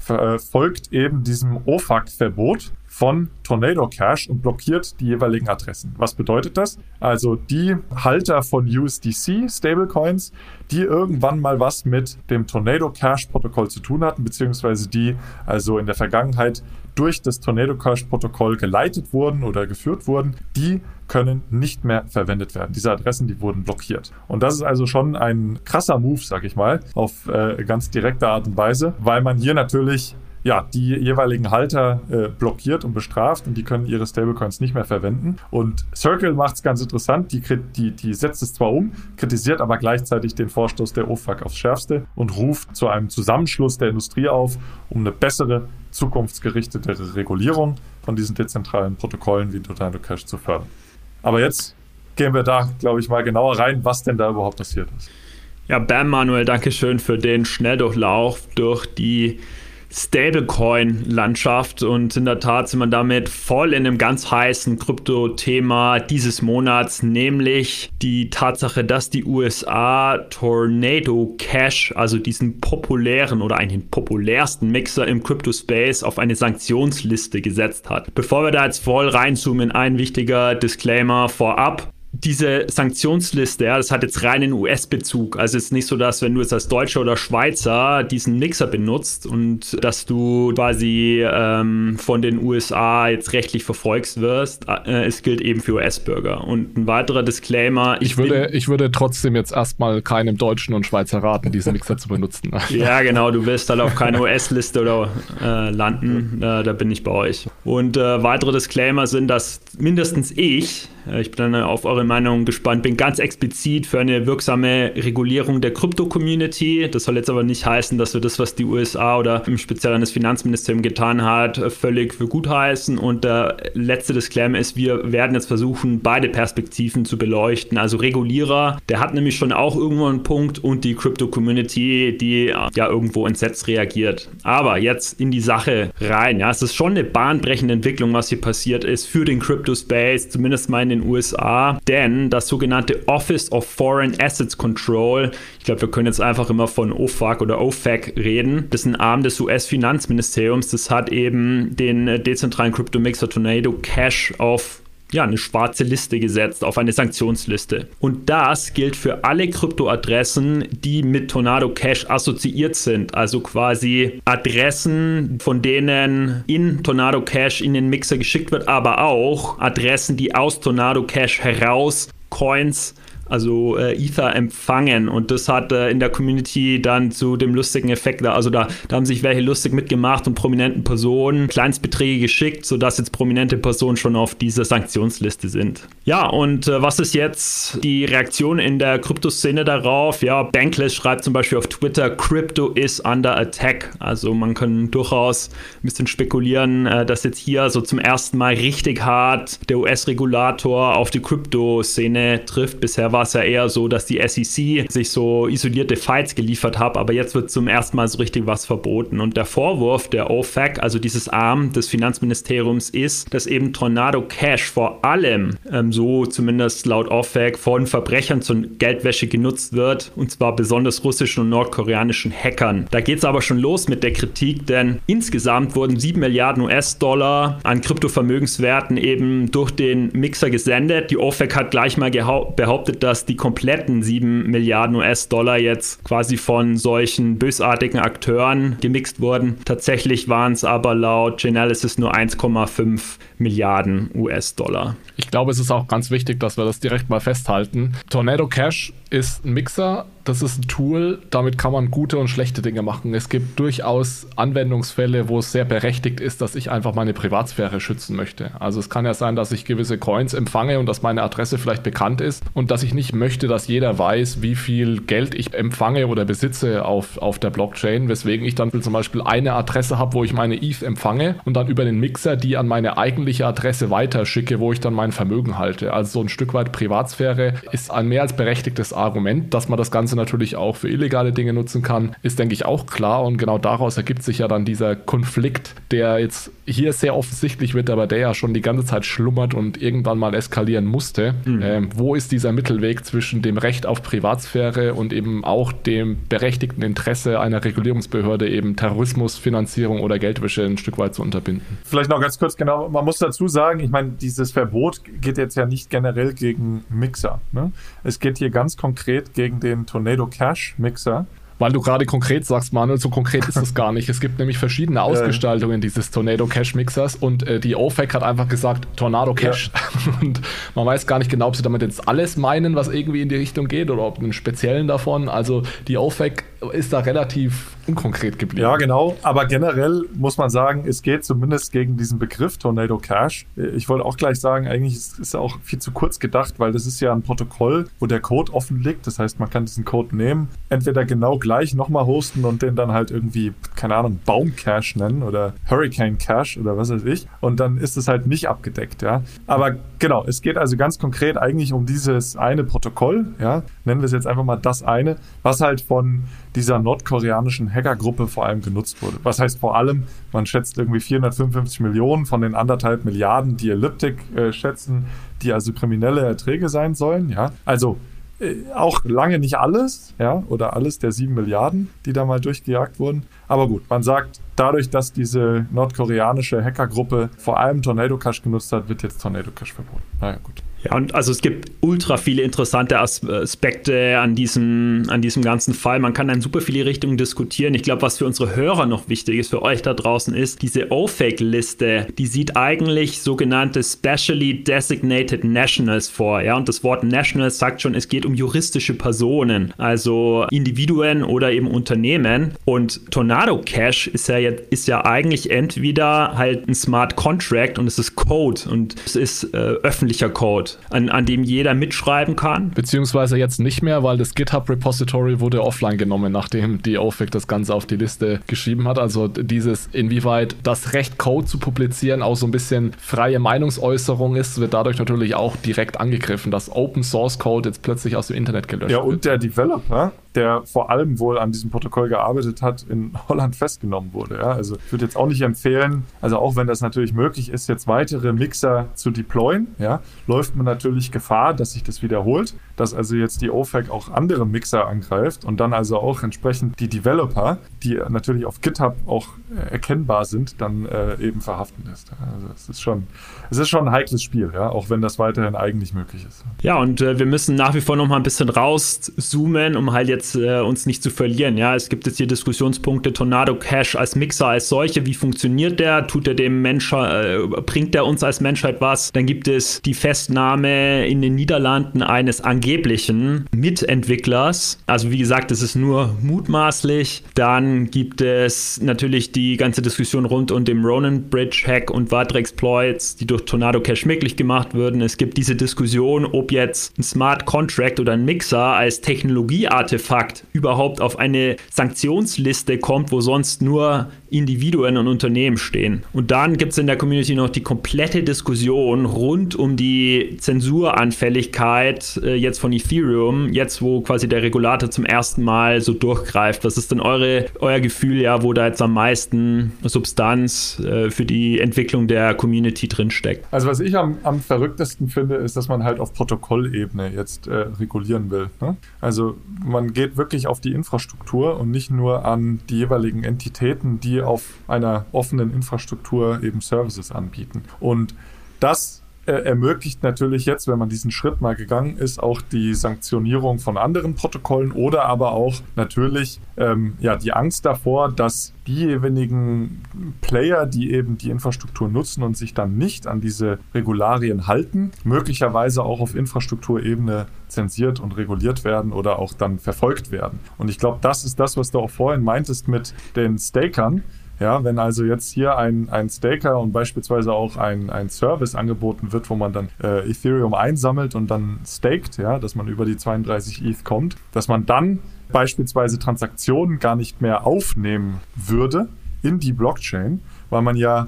äh, folgt eben diesem O F A C-Verbot von Tornado Cash und blockiert die jeweiligen Adressen. Was bedeutet das? Also die Halter von U S D C Stablecoins, die irgendwann mal was mit dem Tornado Cash Protokoll zu tun hatten, beziehungsweise die also in der Vergangenheit durch das Tornado Cash Protokoll geleitet wurden oder geführt wurden, die können nicht mehr verwendet werden. Diese Adressen, die wurden blockiert. Und das ist also schon ein krasser Move, sag ich mal, auf äh, ganz direkte Art und Weise, weil man hier natürlich ja, die jeweiligen Halter äh, blockiert und bestraft und die können ihre Stablecoins nicht mehr verwenden. Und Circle macht es ganz interessant, die, die, die setzt es zwar um, kritisiert aber gleichzeitig den Vorstoß der O F A C aufs Schärfste und ruft zu einem Zusammenschluss der Industrie auf, um eine bessere, zukunftsgerichtetere Regulierung von diesen dezentralen Protokollen wie Tornado Cash zu fördern. Aber jetzt gehen wir da, glaube ich, mal genauer rein, was denn da überhaupt passiert ist. Ja, Bam, Manuel, danke schön für den Schnelldurchlauf durch die Stablecoin-Landschaft und in der Tat sind wir damit voll in einem ganz heißen Krypto-Thema dieses Monats, nämlich die Tatsache, dass die U S A Tornado Cash, also diesen populären oder einen populärsten Mixer im Crypto-Space, auf eine Sanktionsliste gesetzt hat. Bevor wir da jetzt voll reinzoomen, ein wichtiger Disclaimer vorab. Diese Sanktionsliste, ja, das hat jetzt reinen U S-Bezug. Also es ist nicht so, dass wenn du jetzt als Deutscher oder Schweizer diesen Mixer benutzt und dass du quasi ähm, von den U S A jetzt rechtlich verfolgt wirst. Äh, es gilt eben für U S-Bürger. Und ein weiterer Disclaimer. Ich, ich, würde, ich würde trotzdem jetzt erstmal keinem Deutschen und Schweizer raten, diesen Mixer zu benutzen. Ja, genau. Du wirst halt auf keine U S-Liste oder äh, landen. Äh, da bin ich bei euch. Und äh, weitere Disclaimer sind, dass mindestens ich, ich bin dann auf eure Meinung gespannt, bin ganz explizit für eine wirksame Regulierung der Krypto-Community. Das soll jetzt aber nicht heißen, dass wir das, was die U S A oder im Speziellen das Finanzministerium getan hat, völlig für gut heißen. Und der letzte Disclaimer ist, wir werden jetzt versuchen, beide Perspektiven zu beleuchten. Also Regulierer, der hat nämlich schon auch irgendwo einen Punkt und die Krypto-Community, die ja irgendwo entsetzt reagiert. Aber jetzt in die Sache rein. Ja, es ist schon eine bahnbrechende Entwicklung, was hier passiert ist für den Crypto-Space, zumindest mal in den U S A, denn das sogenannte Office of Foreign Assets Control, ich glaube, wir können jetzt einfach immer von O F A C oder O F A C reden, das ist ein Arm des U S-Finanzministeriums, das hat eben den dezentralen Crypto-Mixer Tornado Cash auf ja, eine schwarze Liste gesetzt, auf eine Sanktionsliste. Und das gilt für alle Kryptoadressen, die mit Tornado Cash assoziiert sind. Also quasi Adressen, von denen in Tornado Cash in den Mixer geschickt wird, aber auch Adressen, die aus Tornado Cash heraus Coins, also äh, Ether empfangen, und das hat äh, in der Community dann zu dem lustigen Effekt, also da, da haben sich welche lustig mitgemacht und prominenten Personen Kleinstbeträge geschickt, sodass jetzt prominente Personen schon auf dieser Sanktionsliste sind. Ja, und äh, was ist jetzt die Reaktion in der Kryptoszene darauf? Ja, Bankless schreibt zum Beispiel auf Twitter, Crypto is under attack. Also man kann durchaus ein bisschen spekulieren, äh, dass jetzt hier so zum ersten Mal richtig hart der U S-Regulator auf die Kryptoszene trifft. Bisher war es ja eher so, dass die S E C sich so isolierte Fights geliefert hat, aber jetzt wird zum ersten Mal so richtig was verboten. Und der Vorwurf der O F A C, also dieses Arm des Finanzministeriums, ist, dass eben Tornado Cash vor allem, ähm, so zumindest laut O F A C, von Verbrechern zur Geldwäsche genutzt wird, und zwar besonders russischen und nordkoreanischen Hackern. Da geht es aber schon los mit der Kritik, denn insgesamt wurden sieben Milliarden U S-Dollar an Kryptovermögenswerten eben durch den Mixer gesendet. Die O F A C hat gleich mal behauptet, dass die kompletten sieben Milliarden U S-Dollar jetzt quasi von solchen bösartigen Akteuren gemixt wurden. Tatsächlich waren es aber laut Chainalysis nur eins Komma fünf Milliarden U S-Dollar. Ich glaube, es ist auch ganz wichtig, dass wir das direkt mal festhalten. Tornado Cash ist ein Mixer, das ist ein Tool, damit kann man gute und schlechte Dinge machen. Es gibt durchaus Anwendungsfälle, wo es sehr berechtigt ist, dass ich einfach meine Privatsphäre schützen möchte. Also es kann ja sein, dass ich gewisse Coins empfange und dass meine Adresse vielleicht bekannt ist und dass ich nicht möchte, dass jeder weiß, wie viel Geld ich empfange oder besitze auf, auf der Blockchain, weswegen ich dann zum Beispiel eine Adresse habe, wo ich meine E T H empfange und dann über den Mixer die an meine eigentliche Adresse weiterschicke, wo ich dann mein Vermögen halte. Also so ein Stück weit Privatsphäre ist ein mehr als berechtigtes Argument, dass man das Ganze sie natürlich auch für illegale Dinge nutzen kann, ist, denke ich, auch klar. Und genau daraus ergibt sich ja dann dieser Konflikt, der jetzt hier sehr offensichtlich wird, aber der ja schon die ganze Zeit schlummert und irgendwann mal eskalieren musste. Mhm. Ähm, wo ist dieser Mittelweg zwischen dem Recht auf Privatsphäre und eben auch dem berechtigten Interesse einer Regulierungsbehörde, eben Terrorismusfinanzierung oder Geldwäsche ein Stück weit zu unterbinden? Vielleicht noch ganz kurz, genau, man muss dazu sagen, ich meine, dieses Verbot geht jetzt ja nicht generell gegen Mixer. Ne? Es geht hier ganz konkret gegen den Tornado Cash Mixer. Weil du gerade konkret sagst, Manuel, so konkret ist es gar nicht. Es gibt nämlich verschiedene Ausgestaltungen dieses Tornado Cash Mixers und äh, die O F A C hat einfach gesagt Tornado Cash ja. Und man weiß gar nicht genau, ob sie damit jetzt alles meinen, was irgendwie in die Richtung geht oder ob einen speziellen davon. Also die O F A C ist da relativ unkonkret geblieben. Ja, genau. Aber generell muss man sagen, es geht zumindest gegen diesen Begriff Tornado Cash. Ich wollte auch gleich sagen, eigentlich ist es auch viel zu kurz gedacht, weil das ist ja ein Protokoll, wo der Code offen liegt. Das heißt, man kann diesen Code nehmen, entweder genau gleich nochmal hosten und den dann halt irgendwie, keine Ahnung, Baum Cash nennen oder Hurricane Cash oder was weiß ich. Und dann ist es halt nicht abgedeckt, ja. Aber genau, es geht also ganz konkret eigentlich um dieses eine Protokoll, ja. Nennen wir es jetzt einfach mal das eine, was halt von dieser nordkoreanischen Hackergruppe vor allem genutzt wurde. Was heißt vor allem? Man schätzt irgendwie vierhundertfünfundfünfzig Millionen von den anderthalb Milliarden, die Elliptic äh, schätzen, die also kriminelle Erträge sein sollen. Ja, also äh, auch lange nicht alles, ja, oder alles der sieben Milliarden, die da mal durchgejagt wurden. Aber gut, man sagt, dadurch, dass diese nordkoreanische Hackergruppe vor allem Tornado Cash genutzt hat, wird jetzt Tornado Cash verboten. Naja, gut. Ja, und also es gibt ultra viele interessante Aspekte an diesem, an diesem ganzen Fall. Man kann in super viele Richtungen diskutieren. Ich glaube, was für unsere Hörer noch wichtig ist, für euch da draußen ist, diese O F A C-Liste, die sieht eigentlich sogenannte Specially Designated Nationals vor. Ja, und das Wort Nationals sagt schon, es geht um juristische Personen, also Individuen oder eben Unternehmen. Und Tornado Cash ist ja, jetzt, ist ja eigentlich entweder halt ein Smart Contract und es ist Code und es ist äh, öffentlicher Code. An, an dem jeder mitschreiben kann. Beziehungsweise jetzt nicht mehr, weil das GitHub-Repository wurde offline genommen, nachdem die O F A C das Ganze auf die Liste geschrieben hat. Also dieses, inwieweit das Recht, Code zu publizieren, auch so ein bisschen freie Meinungsäußerung ist, wird dadurch natürlich auch direkt angegriffen, dass Open-Source-Code jetzt plötzlich aus dem Internet gelöscht ja, wird. Ja, und der Developer, der vor allem wohl an diesem Protokoll gearbeitet hat, in Holland festgenommen wurde. Ja? Also ich würde jetzt auch nicht empfehlen, also auch wenn das natürlich möglich ist, jetzt weitere Mixer zu deployen, ja, läuft man natürlich Gefahr, dass sich das wiederholt, dass also jetzt die O F A C auch andere Mixer angreift und dann also auch entsprechend die Developer, die natürlich auf GitHub auch äh, erkennbar sind, dann äh, eben verhaften lässt. Also es ist schon, es ist schon ein heikles Spiel, ja, auch wenn das weiterhin eigentlich möglich ist. Ja, und äh, wir müssen nach wie vor noch mal ein bisschen rauszoomen, um halt jetzt äh, uns nicht zu verlieren. Ja, es gibt jetzt hier Diskussionspunkte, Tornado Cash als Mixer als solche, wie funktioniert der? Tut er dem Menschheit, äh, bringt er uns als Menschheit was? Dann gibt es die Festnahme in den Niederlanden eines angeblichen Mitentwicklers. Also wie gesagt, das ist nur mutmaßlich. Dann gibt es natürlich die ganze Diskussion rund um den Ronin Bridge Hack und weitere Exploits, die durch Tornado Cash möglich gemacht würden. Es gibt diese Diskussion, ob jetzt ein Smart Contract oder ein Mixer als Technologieartefakt überhaupt auf eine Sanktionsliste kommt, wo sonst nur Individuen und Unternehmen stehen. Und dann gibt es in der Community noch die komplette Diskussion rund um die Zensuranfälligkeit äh, jetzt von Ethereum, jetzt wo quasi der Regulator zum ersten Mal so durchgreift. Was ist denn eure, euer Gefühl, ja, wo da jetzt am meisten Substanz äh, für die Entwicklung der Community drinsteckt? Also was ich am, am verrücktesten finde, ist, dass man halt auf Protokollebene jetzt äh, regulieren will. Ne? Also man geht wirklich auf die Infrastruktur und nicht nur an die jeweiligen Entitäten, die auf einer offenen Infrastruktur eben Services anbieten. Und das äh, ermöglicht natürlich jetzt, wenn man diesen Schritt mal gegangen ist, auch die Sanktionierung von anderen Protokollen oder aber auch natürlich ähm, ja, die Angst davor, dass diejenigen Player, die eben die Infrastruktur nutzen und sich dann nicht an diese Regularien halten, möglicherweise auch auf Infrastrukturebene zensiert und reguliert werden oder auch dann verfolgt werden. Und ich glaube, das ist das, was du auch vorhin meintest mit den Stakern. Ja, wenn also jetzt hier ein, ein Staker und beispielsweise auch ein, ein Service angeboten wird, wo man dann äh, Ethereum einsammelt und dann staked, ja, dass man über die zweiunddreißig E T H kommt, dass man dann beispielsweise Transaktionen gar nicht mehr aufnehmen würde in die Blockchain, weil man ja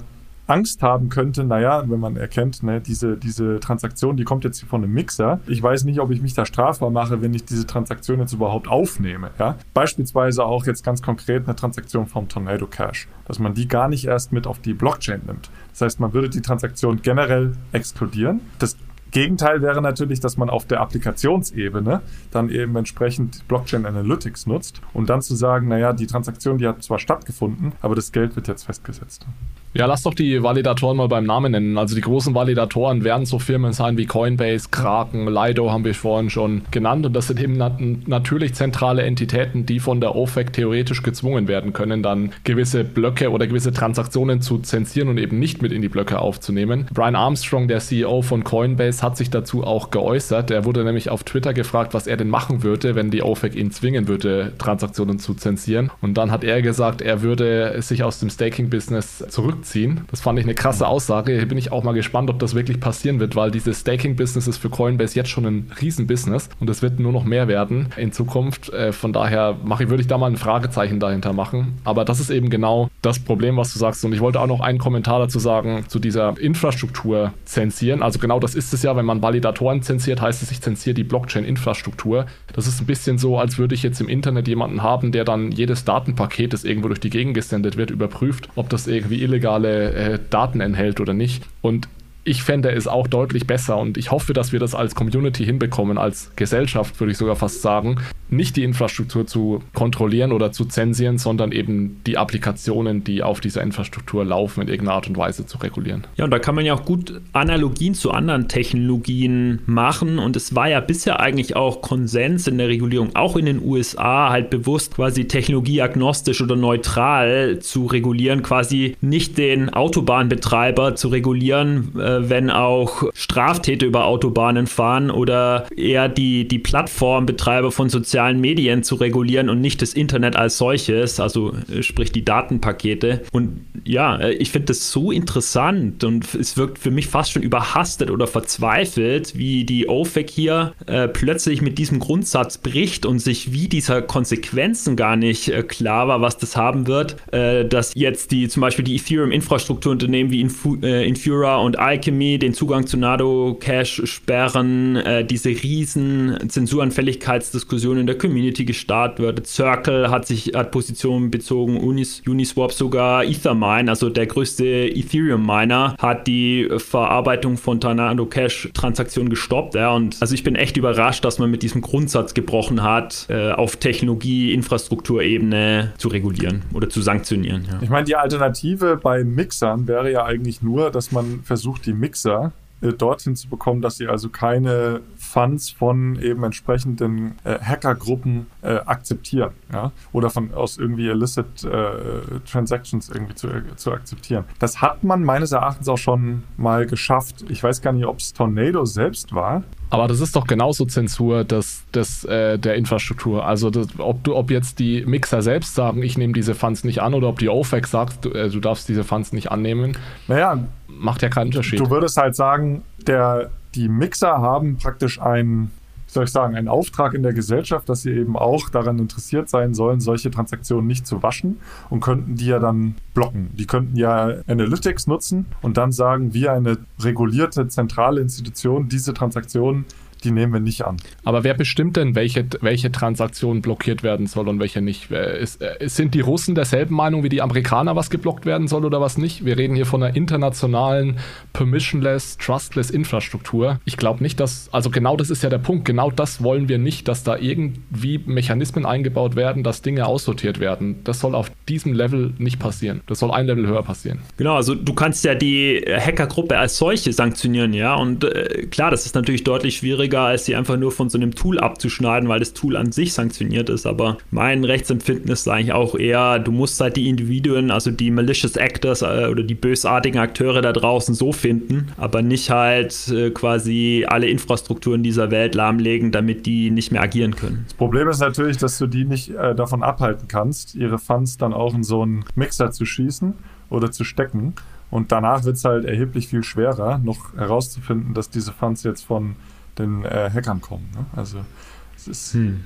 Angst haben könnte, naja, wenn man erkennt, ne, diese, diese Transaktion, die kommt jetzt hier von einem Mixer. Ich weiß nicht, ob ich mich da strafbar mache, wenn ich diese Transaktion jetzt überhaupt aufnehme. Ja? Beispielsweise auch jetzt ganz konkret eine Transaktion vom Tornado Cash, dass man die gar nicht erst mit auf die Blockchain nimmt. Das heißt, man würde die Transaktion generell exkludieren. Das Gegenteil wäre natürlich, dass man auf der Applikationsebene dann eben entsprechend Blockchain Analytics nutzt und dann zu sagen, naja, die Transaktion, die hat zwar stattgefunden, aber das Geld wird jetzt festgesetzt. Ja, lass doch die Validatoren mal beim Namen nennen. Also die großen Validatoren werden so Firmen sein wie Coinbase, Kraken, Lido haben wir vorhin schon genannt. Und das sind eben nat- natürlich zentrale Entitäten, die von der O F A C theoretisch gezwungen werden können, dann gewisse Blöcke oder gewisse Transaktionen zu zensieren und eben nicht mit in die Blöcke aufzunehmen. Brian Armstrong, der C E O von Coinbase, hat sich dazu auch geäußert. Er wurde nämlich auf Twitter gefragt, was er denn machen würde, wenn die O F A C ihn zwingen würde, Transaktionen zu zensieren. Und dann hat er gesagt, er würde sich aus dem Staking-Business zurückziehen. Das fand ich eine krasse Aussage. Hier bin ich auch mal gespannt, ob das wirklich passieren wird, weil dieses Staking-Business ist für Coinbase jetzt schon ein Riesen-Business und es wird nur noch mehr werden in Zukunft. Von daher mache ich, würde ich da mal ein Fragezeichen dahinter machen. Aber das ist eben genau das Problem, was du sagst. Und ich wollte auch noch einen Kommentar dazu sagen, zu dieser Infrastruktur zensieren. Also genau das ist es ja, wenn man Validatoren zensiert, heißt es, ich zensiere die Blockchain-Infrastruktur. Das ist ein bisschen so, als würde ich jetzt im Internet jemanden haben, der dann jedes Datenpaket, das irgendwo durch die Gegend gesendet wird, überprüft, ob das irgendwie illegal äh, Daten enthält oder nicht. Und ich fände es auch deutlich besser und ich hoffe, dass wir das als Community hinbekommen, als Gesellschaft, würde ich sogar fast sagen, nicht die Infrastruktur zu kontrollieren oder zu zensieren, sondern eben die Applikationen, die auf dieser Infrastruktur laufen, in irgendeiner Art und Weise zu regulieren. Ja, und da kann man ja auch gut Analogien zu anderen Technologien machen und es war ja bisher eigentlich auch Konsens in der Regulierung, auch in den U S A, halt bewusst quasi technologieagnostisch oder neutral zu regulieren, quasi nicht den Autobahnbetreiber zu regulieren, wenn auch Straftäter über Autobahnen fahren oder eher die, die Plattformbetreiber von sozialen Medien zu regulieren und nicht das Internet als solches, also sprich die Datenpakete. Und ja, ich finde das so interessant und es wirkt für mich fast schon überhastet oder verzweifelt, wie die O F A C hier äh, plötzlich mit diesem Grundsatz bricht und sich wie dieser Konsequenzen gar nicht äh, klar war, was das haben wird, äh, dass jetzt die zum Beispiel die Ethereum-Infrastrukturunternehmen wie Infu- äh, Infura und Ike den Zugang zu Nado Cash sperren, äh, diese riesen Zensuranfälligkeitsdiskussion in der Community gestartet wird. Circle hat sich hat Position bezogen, Unis, Uniswap sogar, Ethermine, also der größte Ethereum-Miner, hat die Verarbeitung von Nado Cash Transaktionen gestoppt. Ja, und also ich bin echt überrascht, dass man mit diesem Grundsatz gebrochen hat, äh, auf Technologie-, Infrastrukturebene zu regulieren oder zu sanktionieren. Ja. Ich meine, die Alternative bei Mixern wäre ja eigentlich nur, dass man versucht, die Mixer äh, dorthin zu bekommen, dass sie also keine Funds von eben entsprechenden äh, Hackergruppen äh, akzeptieren, ja? Oder von aus irgendwie illicit äh, Transactions irgendwie zu, äh, zu akzeptieren. Das hat man meines Erachtens auch schon mal geschafft. Ich weiß gar nicht, ob es Tornado selbst war. Aber das ist doch genauso Zensur des, des, äh, der Infrastruktur. Also das, ob du, ob jetzt die Mixer selbst sagen, ich nehme diese Funds nicht an, oder ob die O F A C sagt, du, äh, du darfst diese Funds nicht annehmen, naja, macht ja keinen Unterschied. Du würdest halt sagen, der, die Mixer haben praktisch einen, wie soll ich sagen, einen Auftrag in der Gesellschaft, dass sie eben auch daran interessiert sein sollen, solche Transaktionen nicht zu waschen und könnten die ja dann blocken. Die könnten ja Analytics nutzen und dann sagen, wir eine regulierte zentrale Institution, diese Transaktionen, die nehmen wir nicht an. Aber wer bestimmt denn, welche, welche Transaktion blockiert werden soll und welche nicht? Ist, sind die Russen derselben Meinung wie die Amerikaner, was geblockt werden soll oder was nicht? Wir reden hier von einer internationalen, permissionless, trustless Infrastruktur. Ich glaube nicht, dass, also genau das ist ja der Punkt, genau das wollen wir nicht, dass da irgendwie Mechanismen eingebaut werden, dass Dinge aussortiert werden. Das soll auf diesem Level nicht passieren. Das soll ein Level höher passieren. Genau, also du kannst ja die Hackergruppe als solche sanktionieren, ja, und äh, klar, das ist natürlich deutlich schwieriger, als sie einfach nur von so einem Tool abzuschneiden, weil das Tool an sich sanktioniert ist. Aber mein Rechtsempfinden ist eigentlich auch eher, du musst halt die Individuen, also die malicious actors äh, oder die bösartigen Akteure da draußen so finden, aber nicht halt äh, quasi alle Infrastrukturen dieser Welt lahmlegen, damit die nicht mehr agieren können. Das Problem ist natürlich, dass du die nicht äh, davon abhalten kannst, ihre Funds dann auch in so einen Mixer zu schießen oder zu stecken. Und danach wird es halt erheblich viel schwerer, noch herauszufinden, dass diese Funds jetzt von den äh, Hackern kommen. Ne? Also es ist, hm.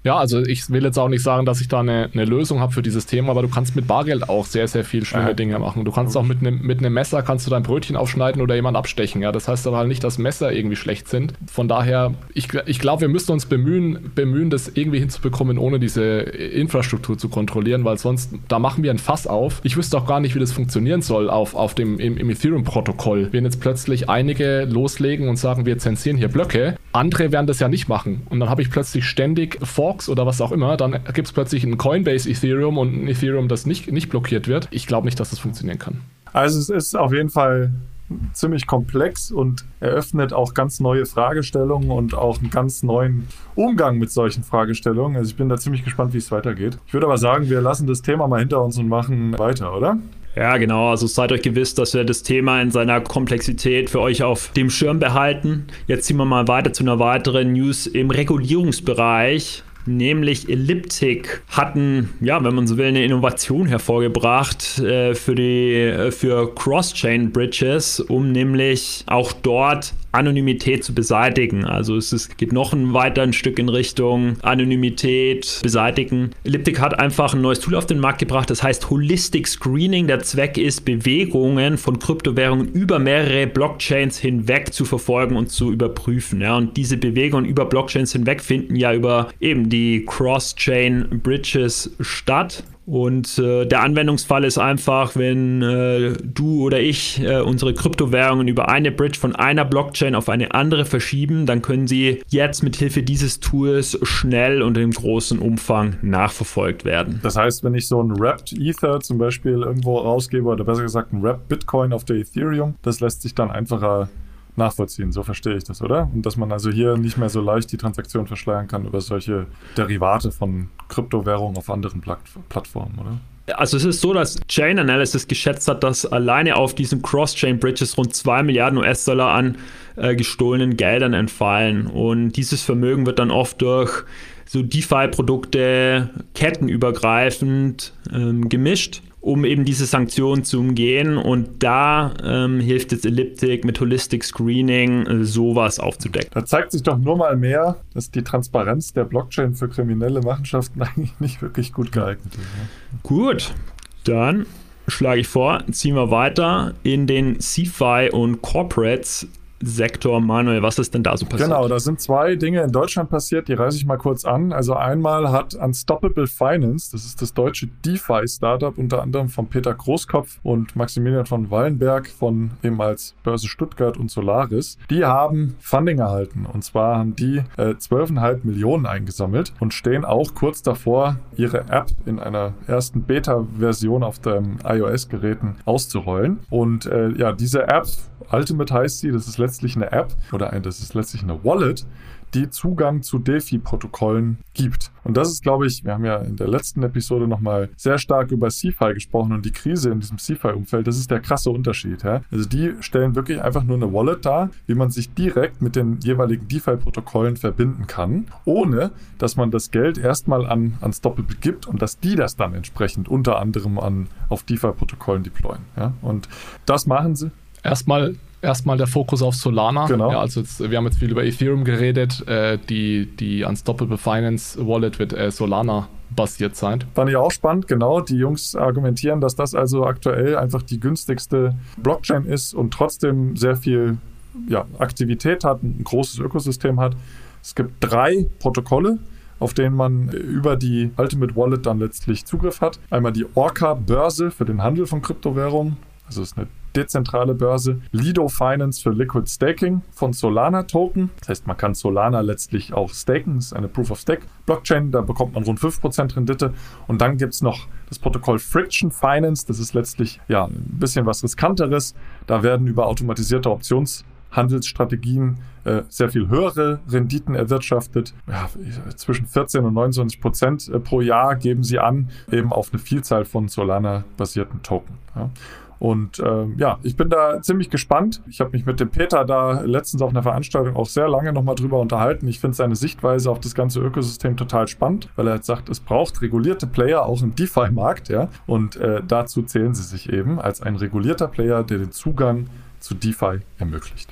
Ja, also ich will jetzt auch nicht sagen, dass ich da eine, eine Lösung habe für dieses Thema, aber du kannst mit Bargeld auch sehr, sehr viel schlimme ja. Dinge machen. Du kannst auch mit einem mit einem Messer kannst du dein Brötchen aufschneiden oder jemand abstechen. Ja, das heißt aber halt nicht, dass Messer irgendwie schlecht sind. Von daher, ich, ich glaube, wir müssen uns bemühen, bemühen, das irgendwie hinzubekommen, ohne diese Infrastruktur zu kontrollieren, weil sonst, da machen wir ein Fass auf. Ich wüsste auch gar nicht, wie das funktionieren soll auf, auf dem, im, im Ethereum-Protokoll. Wenn jetzt plötzlich einige loslegen und sagen, wir zensieren hier Blöcke, andere werden das ja nicht machen. Und dann habe ich plötzlich ständig Forks oder was auch immer, dann gibt es plötzlich ein Coinbase Ethereum und ein Ethereum, das nicht, nicht blockiert wird. Ich glaube nicht, dass das funktionieren kann. Also es ist auf jeden Fall ziemlich komplex und eröffnet auch ganz neue Fragestellungen und auch einen ganz neuen Umgang mit solchen Fragestellungen. Also ich bin da ziemlich gespannt, wie es weitergeht. Ich würde aber sagen, wir lassen das Thema mal hinter uns und machen weiter, oder? Ja, genau. Also seid euch gewiss, dass wir das Thema in seiner Komplexität für euch auf dem Schirm behalten. Jetzt ziehen wir mal weiter zu einer weiteren News im Regulierungsbereich. Nämlich Elliptic hatten, ja, wenn man so will, eine Innovation hervorgebracht äh, für die äh, für Cross-Chain-Bridges, um nämlich auch dort Anonymität zu beseitigen. Also es ist, geht noch ein weiter ein Stück in Richtung Anonymität beseitigen. Elliptic hat einfach ein neues Tool auf den Markt gebracht, das heißt Holistic Screening. Der Zweck ist, Bewegungen von Kryptowährungen über mehrere Blockchains hinweg zu verfolgen und zu überprüfen. Ja, und diese Bewegungen über Blockchains hinweg finden ja über eben die Cross-Chain-Bridges statt. Und äh, der Anwendungsfall ist einfach, wenn äh, du oder ich äh, unsere Kryptowährungen über eine Bridge von einer Blockchain auf eine andere verschieben, dann können sie jetzt mit Hilfe dieses Tools schnell und in großem Umfang nachverfolgt werden. Das heißt, wenn ich so ein Wrapped Ether zum Beispiel irgendwo rausgebe, oder besser gesagt ein Wrapped Bitcoin auf der Ethereum, das lässt sich dann einfacher nachvollziehen, so verstehe ich das, oder? Und dass man also hier nicht mehr so leicht die Transaktion verschleiern kann über solche Derivate von Kryptowährungen auf anderen Platt- Plattformen, oder? Also es ist so, dass Chain Analysis geschätzt hat, dass alleine auf diesen Cross-Chain-Bridges rund zwei Milliarden U S-Dollar an äh, gestohlenen Geldern entfallen. Und dieses Vermögen wird dann oft durch so DeFi-Produkte kettenübergreifend ähm, gemischt, um eben diese Sanktionen zu umgehen. Und da ähm, hilft jetzt Elliptic mit Holistic Screening äh, sowas aufzudecken. Da zeigt sich doch nur mal mehr, dass die Transparenz der Blockchain für kriminelle Machenschaften eigentlich nicht wirklich gut geeignet ist. Ne? Gut, dann schlage ich vor, ziehen wir weiter in den CeFi und Corporates Sektor. Manuel, was ist denn da so passiert? Genau, da sind zwei Dinge in Deutschland passiert, die reiße ich mal kurz an. Also einmal hat Unstoppable Finance, das ist das deutsche DeFi-Startup, unter anderem von Peter Großkopf und Maximilian von Wallenberg von ehemals Börse Stuttgart und Solaris, die haben Funding erhalten. Und zwar haben die äh, zwölf Komma fünf Millionen eingesammelt und stehen auch kurz davor, ihre App in einer ersten Beta-Version auf den iOS-Geräten auszurollen. Und äh, ja, diese App, Ultimate heißt sie, das ist letztlich eine App oder ein, das ist letztlich eine Wallet, die Zugang zu DeFi-Protokollen gibt. Und das ist, glaube ich, wir haben ja in der letzten Episode nochmal sehr stark über CeFi gesprochen und die Krise in diesem CeFi-Umfeld, das ist der krasse Unterschied. Ja? Also die stellen wirklich einfach nur eine Wallet dar, wie man sich direkt mit den jeweiligen DeFi-Protokollen verbinden kann, ohne dass man das Geld erstmal an Unstoppable gibt und dass die das dann entsprechend unter anderem an, auf DeFi-Protokollen deployen. Ja? Und das machen sie. Erstmal Erstmal der Fokus auf Solana. Genau. Ja, also jetzt, wir haben jetzt viel über Ethereum geredet. Äh, die, die Unstoppable Finance Wallet wird äh, Solana-basiert sein. Fand ich auch spannend, genau. Die Jungs argumentieren, dass das also aktuell einfach die günstigste Blockchain ist und trotzdem sehr viel ja, Aktivität hat, ein großes Ökosystem hat. Es gibt drei Protokolle, auf denen man über die Ultimate Wallet dann letztlich Zugriff hat. Einmal die Orca-Börse für den Handel von Kryptowährungen. Also es ist eine dezentrale Börse. Lido Finance für Liquid Staking von Solana Token. Das heißt, man kann Solana letztlich auch staken. Das ist eine Proof-of-Stake-Blockchain. Da bekommt man rund fünf Prozent Rendite. Und dann gibt es noch das Protokoll Friction Finance. Das ist letztlich ja ein bisschen was Riskanteres. Da werden über automatisierte Optionshandelsstrategien äh, sehr viel höhere Renditen erwirtschaftet. Ja, zwischen vierzehn und neunundzwanzig Prozent pro Jahr geben sie an, eben auf eine Vielzahl von Solana-basierten Token. Ja. Und ähm, ja, ich bin da ziemlich gespannt. Ich habe mich mit dem Peter da letztens auf einer Veranstaltung auch sehr lange nochmal drüber unterhalten. Ich finde seine Sichtweise auf das ganze Ökosystem total spannend, weil er jetzt sagt, es braucht regulierte Player auch im DeFi-Markt. Ja? Und äh, dazu zählen sie sich eben als ein regulierter Player, der den Zugang zu DeFi ermöglicht.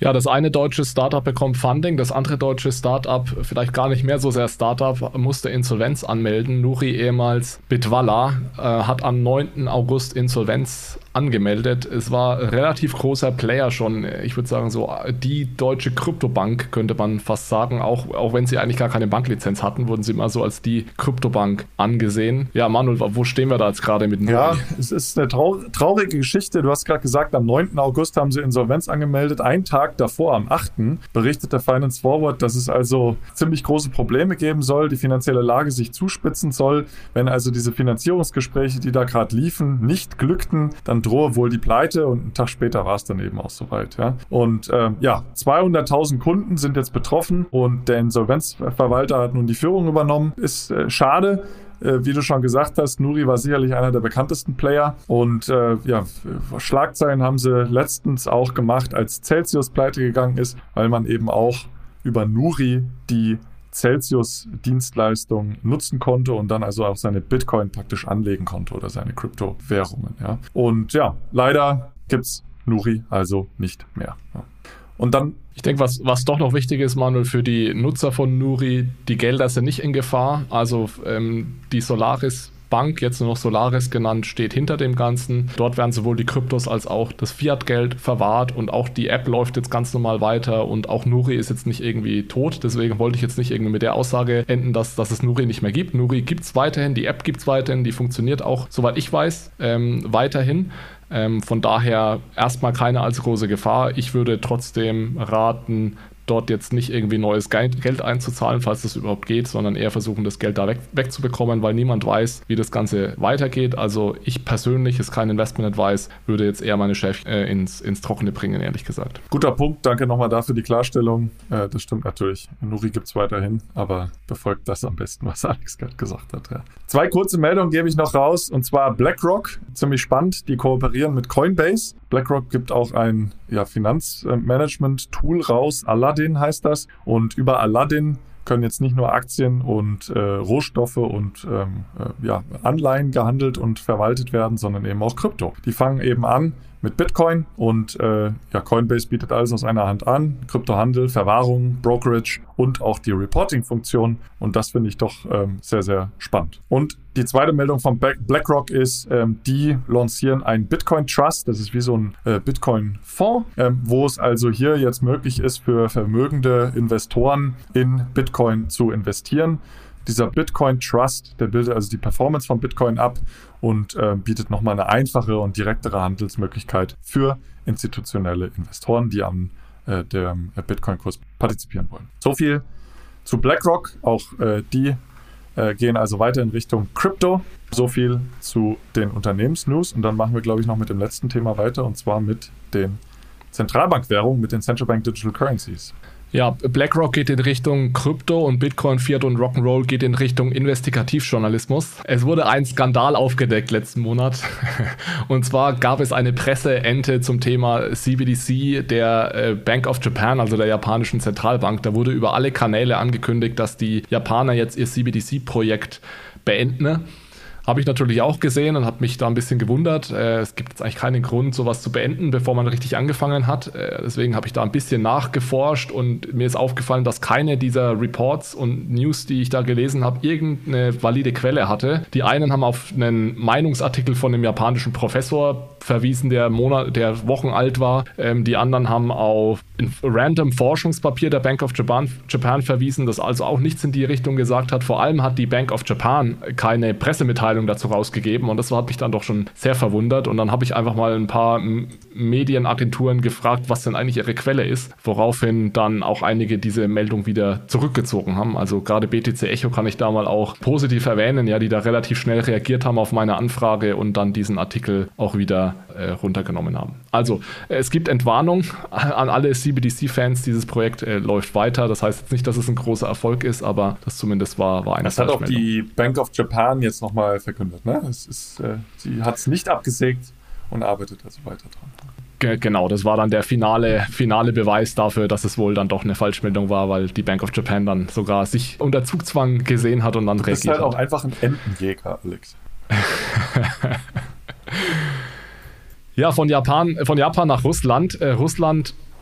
Ja, das eine deutsche Startup bekommt Funding, das andere deutsche Startup, vielleicht gar nicht mehr so sehr Startup, musste Insolvenz anmelden. Nuri, ehemals Bitwala, äh, hat am neunten August Insolvenz angemeldet. Es war ein relativ großer Player schon. Ich würde sagen, so die deutsche Kryptobank, könnte man fast sagen. Auch, auch wenn sie eigentlich gar keine Banklizenz hatten, wurden sie immer so als die Kryptobank angesehen. Ja, Manuel, wo stehen wir da jetzt gerade mit Nuri? Ja, es ist eine trau- traurige Geschichte. Du hast gerade gesagt, am neunten August haben sie Insolvenz angemeldet. Einen Tag davor, am achten, berichtet der Finance Forward, dass es also ziemlich große Probleme geben soll, die finanzielle Lage sich zuspitzen soll. Wenn also diese Finanzierungsgespräche, die da gerade liefen, nicht glückten, dann drohe wohl die Pleite, und einen Tag später war es dann eben auch soweit. Ja. Und ähm, ja, zweihunderttausend Kunden sind jetzt betroffen und der Insolvenzverwalter hat nun die Führung übernommen. Ist äh, schade. Wie du schon gesagt hast, Nuri war sicherlich einer der bekanntesten Player, und äh, ja, Schlagzeilen haben sie letztens auch gemacht, als Celsius pleite gegangen ist, weil man eben auch über Nuri die Celsius-Dienstleistung nutzen konnte und dann also auch seine Bitcoin praktisch anlegen konnte oder seine Kryptowährungen. Ja. Und ja, leider gibt's Nuri also nicht mehr. Ja. Und dann Ich denke, was, was doch noch wichtig ist, Manuel, für die Nutzer von Nuri, die Gelder sind nicht in Gefahr. Also ähm, die Solaris Bank, jetzt nur noch Solaris genannt, steht hinter dem Ganzen. Dort werden sowohl die Kryptos als auch das Fiat-Geld verwahrt, und auch die App läuft jetzt ganz normal weiter, und auch Nuri ist jetzt nicht irgendwie tot. Deswegen wollte ich jetzt nicht irgendwie mit der Aussage enden, dass, dass es Nuri nicht mehr gibt. Nuri gibt es weiterhin, die App gibt es weiterhin, die funktioniert auch, soweit ich weiß, ähm, weiterhin. Ähm, von daher erstmal keine allzu große Gefahr. Ich würde trotzdem raten, dort jetzt nicht irgendwie neues Geld einzuzahlen, falls das überhaupt geht, sondern eher versuchen, das Geld da weg, wegzubekommen, weil niemand weiß, wie das Ganze weitergeht. Also ich persönlich, ist kein Investment-Advice, würde jetzt eher meine Chefs äh, ins, ins Trockene bringen, ehrlich gesagt. Guter Punkt, danke nochmal dafür die Klarstellung. Äh, das stimmt natürlich. Nuri gibt es weiterhin, aber befolgt das am besten, was Alex gerade gesagt hat. Ja. Zwei kurze Meldungen gebe ich noch raus, und zwar BlackRock, ziemlich spannend, die kooperieren mit Coinbase. BlackRock gibt auch ein ja, Finanzmanagement-Tool raus, Aladdin heißt das, und über Aladdin können jetzt nicht nur Aktien und äh, Rohstoffe und ähm, äh, ja, Anleihen gehandelt und verwaltet werden, sondern eben auch Krypto. Die fangen eben an mit Bitcoin, und äh, ja, Coinbase bietet alles aus einer Hand an. Kryptohandel, Verwahrung, Brokerage und auch die Reporting-Funktion, und das finde ich doch ähm, sehr, sehr spannend. Und die zweite Meldung von BlackRock ist, ähm, die lancieren einen Bitcoin Trust, das ist wie so ein äh, Bitcoin-Fonds, ähm, wo es also hier jetzt möglich ist, für vermögende Investoren in Bitcoin zu investieren. Dieser Bitcoin Trust, der bildet also die Performance von Bitcoin ab und äh, bietet nochmal eine einfache und direktere Handelsmöglichkeit für institutionelle Investoren, die am äh, dem Bitcoin-Kurs partizipieren wollen. So viel zu BlackRock. Auch äh, die äh, gehen also weiter in Richtung Crypto. So viel zu den Unternehmensnews. Und dann machen wir, glaube ich, noch mit dem letzten Thema weiter, und zwar mit den Zentralbankwährungen, mit den Central Bank Digital Currencies. Ja, BlackRock geht in Richtung Krypto, und Bitcoin, Fiat und Rock'n'Roll geht in Richtung Investigativjournalismus. Es wurde ein Skandal aufgedeckt letzten Monat. Und zwar gab es eine Presseente zum Thema C B D C der Bank of Japan, also der japanischen Zentralbank. Da wurde über alle Kanäle angekündigt, dass die Japaner jetzt ihr C B D C-Projekt beenden. Habe ich natürlich auch gesehen und habe mich da ein bisschen gewundert. Äh, es gibt jetzt eigentlich keinen Grund, sowas zu beenden, bevor man richtig angefangen hat. Äh, deswegen habe ich da ein bisschen nachgeforscht, und mir ist aufgefallen, dass keine dieser Reports und News, die ich da gelesen habe, irgendeine valide Quelle hatte. Die einen haben auf einen Meinungsartikel von einem japanischen Professor verwiesen, der Monat, der Wochen alt war. Ähm, die anderen haben auf ein random Forschungspapier der Bank of Japan, Japan verwiesen, das also auch nichts in die Richtung gesagt hat. Vor allem hat die Bank of Japan keine Pressemitteilung dazu rausgegeben, und das hat mich dann doch schon sehr verwundert. Und dann habe ich einfach mal ein paar M- Medienagenturen gefragt, was denn eigentlich ihre Quelle ist, woraufhin dann auch einige diese Meldung wieder zurückgezogen haben. Also gerade B T C Echo kann ich da mal auch positiv erwähnen, ja, die da relativ schnell reagiert haben auf meine Anfrage und dann diesen Artikel auch wieder äh, runtergenommen haben. Also äh, es gibt Entwarnung an alle C B D C-Fans, dieses Projekt äh, läuft weiter. Das heißt jetzt nicht, dass es ein großer Erfolg ist, aber das zumindest war, war eine Das hat auch die Bank of Japan jetzt nochmal verkündet. Ne? Es ist, äh, sie hat es nicht abgesägt und arbeitet also weiter dran. Ge- genau, das war dann der finale, finale Beweis dafür, dass es wohl dann doch eine Falschmeldung war, weil die Bank of Japan dann sogar sich unter Zugzwang gesehen hat und dann reagiert hat. Du bist halt auch einfach ein Entenjäger, Alex. Ja, von Japan, von Japan nach Russland. Äh, Russland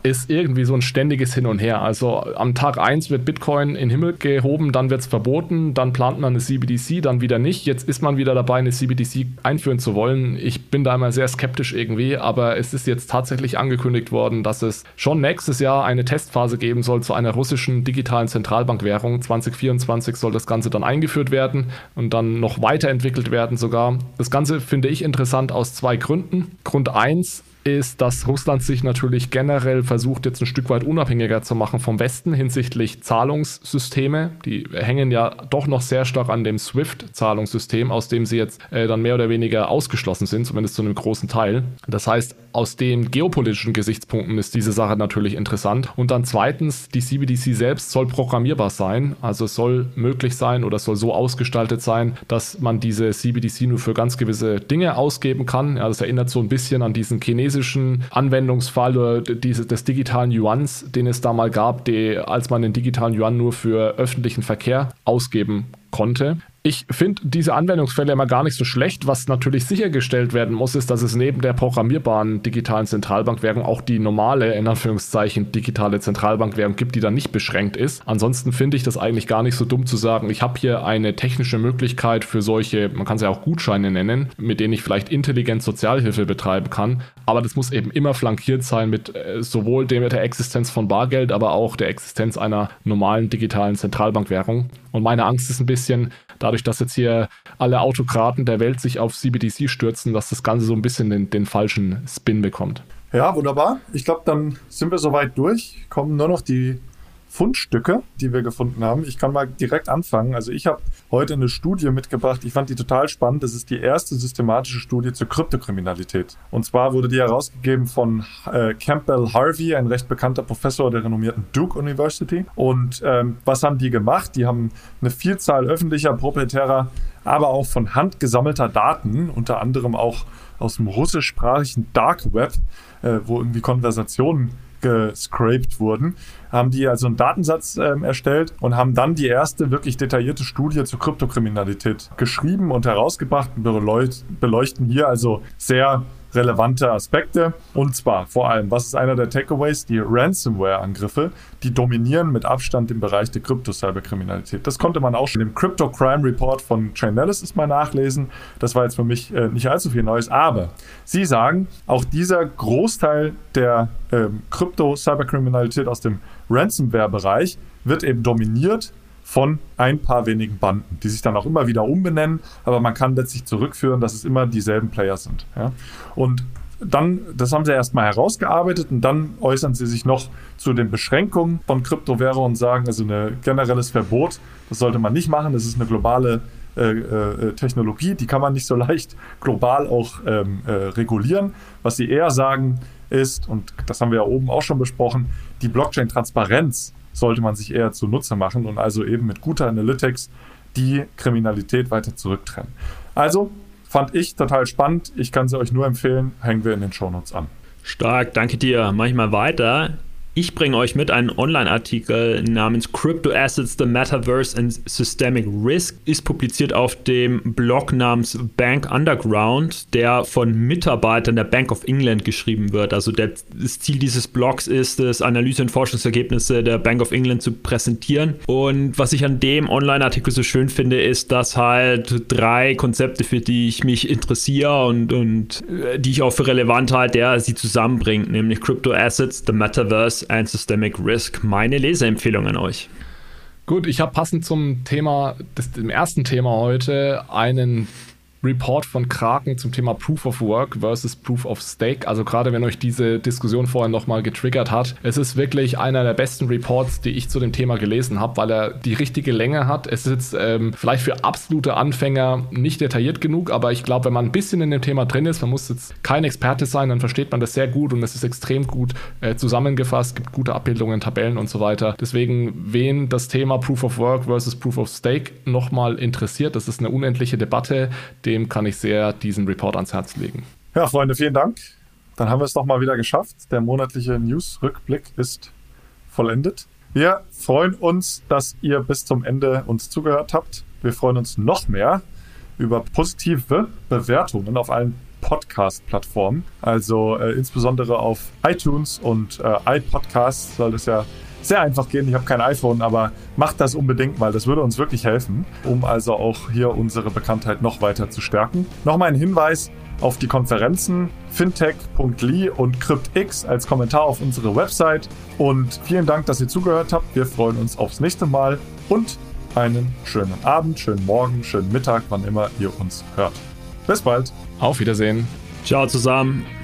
ist irgendwie so ein ständiges Hin und Her. Also am Tag eins wird Bitcoin in den Himmel gehoben, dann wird es verboten, dann plant man eine C B D C, dann wieder nicht. Jetzt ist man wieder dabei, eine C B D C einführen zu wollen. Ich bin da immer sehr skeptisch irgendwie, aber es ist jetzt tatsächlich angekündigt worden, dass es schon nächstes Jahr eine Testphase geben soll zu einer russischen digitalen Zentralbankwährung. zwanzig vierundzwanzig soll das Ganze dann eingeführt werden und dann noch weiterentwickelt werden sogar. Das Ganze finde ich interessant aus zwei Gründen. Grund eins ist, dass Russland sich natürlich generell versucht, jetzt ein Stück weit unabhängiger zu machen vom Westen hinsichtlich Zahlungssysteme. Die hängen ja doch noch sehr stark an dem SWIFT-Zahlungssystem, aus dem sie jetzt äh, dann mehr oder weniger ausgeschlossen sind, zumindest zu einem großen Teil. Das heißt, aus den geopolitischen Gesichtspunkten ist diese Sache natürlich interessant. Und dann zweitens, die C B D C selbst soll programmierbar sein. Also es soll möglich sein oder es soll so ausgestaltet sein, dass man diese C B D C nur für ganz gewisse Dinge ausgeben kann. Ja, das erinnert so ein bisschen an diesen chinesischen Anwendungsfall oder diese, des digitalen Yuans, den es da mal gab, die, als man den digitalen Yuan nur für öffentlichen Verkehr ausgeben konnte. Ich finde diese Anwendungsfälle immer gar nicht so schlecht. Was natürlich sichergestellt werden muss, ist, dass es neben der programmierbaren digitalen Zentralbankwährung auch die normale, in Anführungszeichen, digitale Zentralbankwährung gibt, die dann nicht beschränkt ist. Ansonsten finde ich das eigentlich gar nicht so dumm zu sagen, ich habe hier eine technische Möglichkeit für solche, man kann es ja auch Gutscheine nennen, mit denen ich vielleicht intelligent Sozialhilfe betreiben kann. Aber das muss eben immer flankiert sein mit äh, sowohl dem, der Existenz von Bargeld, aber auch der Existenz einer normalen digitalen Zentralbankwährung. Und meine Angst ist ein bisschen, dadurch, dass jetzt hier alle Autokraten der Welt sich auf C B D C stürzen, dass das Ganze so ein bisschen den, den falschen Spin bekommt. Ja, wunderbar. Ich glaube, dann sind wir soweit durch. Kommen nur noch die Fundstücke, die wir gefunden haben. Ich kann mal direkt anfangen. Also ich habe heute eine Studie mitgebracht. Ich fand die total spannend. Das ist die erste systematische Studie zur Kryptokriminalität. Und zwar wurde die herausgegeben von äh, Campbell Harvey, ein recht bekannter Professor der renommierten Duke University. Und ähm, was haben die gemacht? Die haben eine Vielzahl öffentlicher, proprietärer, aber auch von Hand gesammelter Daten, unter anderem auch aus dem russischsprachigen Dark Web, äh, wo irgendwie Konversationen gescraped wurden, haben die also einen Datensatz äh, erstellt und haben dann die erste wirklich detaillierte Studie zur Kryptokriminalität geschrieben und herausgebracht und beleucht, beleuchten hier also sehr relevante Aspekte. Und zwar vor allem, was ist einer der Takeaways? Die Ransomware-Angriffe, die dominieren mit Abstand im Bereich der Krypto-Cyberkriminalität. Das konnte man auch schon im Crypto Crime Report von Chainalysis mal nachlesen. Das war jetzt für mich äh, nicht allzu viel Neues, aber sie sagen, auch dieser Großteil der ähm, Krypto-Cyberkriminalität aus dem Ransomware-Bereich wird eben dominiert von ein paar wenigen Banden, die sich dann auch immer wieder umbenennen, aber man kann letztlich zurückführen, dass es immer dieselben Player sind. Ja? Und dann, das haben sie erstmal herausgearbeitet und dann äußern sie sich noch zu den Beschränkungen von Kryptowährungen und sagen, also ein generelles Verbot, das sollte man nicht machen, das ist eine globale äh, äh, Technologie, die kann man nicht so leicht global auch ähm, äh, regulieren. Was sie eher sagen ist, und das haben wir ja oben auch schon besprochen, die Blockchain-Transparenz sollte man sich eher zunutze machen und also eben mit guter Analytics die Kriminalität weiter zurücktrennen. Also fand ich total spannend. Ich kann sie euch nur empfehlen. Hängen wir in den Shownotes an. Stark, danke dir. Mach ich mal weiter. Ich bringe euch mit einen Online-Artikel namens Crypto Assets, the Metaverse and Systemic Risk, ist publiziert auf dem Blog namens Bank Underground, der von Mitarbeitern der Bank of England geschrieben wird. Also der, das Ziel dieses Blogs ist es, Analyse- und Forschungsergebnisse der Bank of England zu präsentieren. Und was ich an dem Online-Artikel so schön finde, ist, dass halt drei Konzepte, für die ich mich interessiere und, und die ich auch für relevant halte, der sie zusammenbringt, nämlich Crypto Assets, the Metaverse and Systemic Risk. Meine Leseempfehlung an euch. Gut, ich habe passend zum Thema, das, dem ersten Thema heute, einen Report von Kraken zum Thema Proof of Work versus Proof of Stake. Also gerade wenn euch diese Diskussion vorher nochmal getriggert hat, es ist wirklich einer der besten Reports, die ich zu dem Thema gelesen habe, weil er die richtige Länge hat. Es ist jetzt ähm, vielleicht für absolute Anfänger nicht detailliert genug, aber ich glaube, wenn man ein bisschen in dem Thema drin ist, man muss jetzt kein Experte sein, dann versteht man das sehr gut und es ist extrem gut äh, zusammengefasst, gibt gute Abbildungen, Tabellen und so weiter. Deswegen, wen das Thema Proof of Work versus Proof of Stake nochmal interessiert, das ist eine unendliche Debatte, die Dem kann ich sehr diesen Report ans Herz legen. Ja, Freunde, vielen Dank. Dann haben wir es doch mal wieder geschafft. Der monatliche News-Rückblick ist vollendet. Wir freuen uns, dass ihr bis zum Ende uns zugehört habt. Wir freuen uns noch mehr über positive Bewertungen auf allen Podcast-Plattformen. Also äh, insbesondere auf iTunes und äh, iPodcasts soll das ja sehr einfach gehen. Ich habe kein iPhone, aber macht das unbedingt mal. Das würde uns wirklich helfen, um also auch hier unsere Bekanntheit noch weiter zu stärken. Nochmal ein Hinweis auf die Konferenzen fintech punkt l y und CryptX als Kommentar auf unsere Website. Und vielen Dank, dass ihr zugehört habt. Wir freuen uns aufs nächste Mal und einen schönen Abend, schönen Morgen, schönen Mittag, wann immer ihr uns hört. Bis bald. Auf Wiedersehen. Ciao zusammen.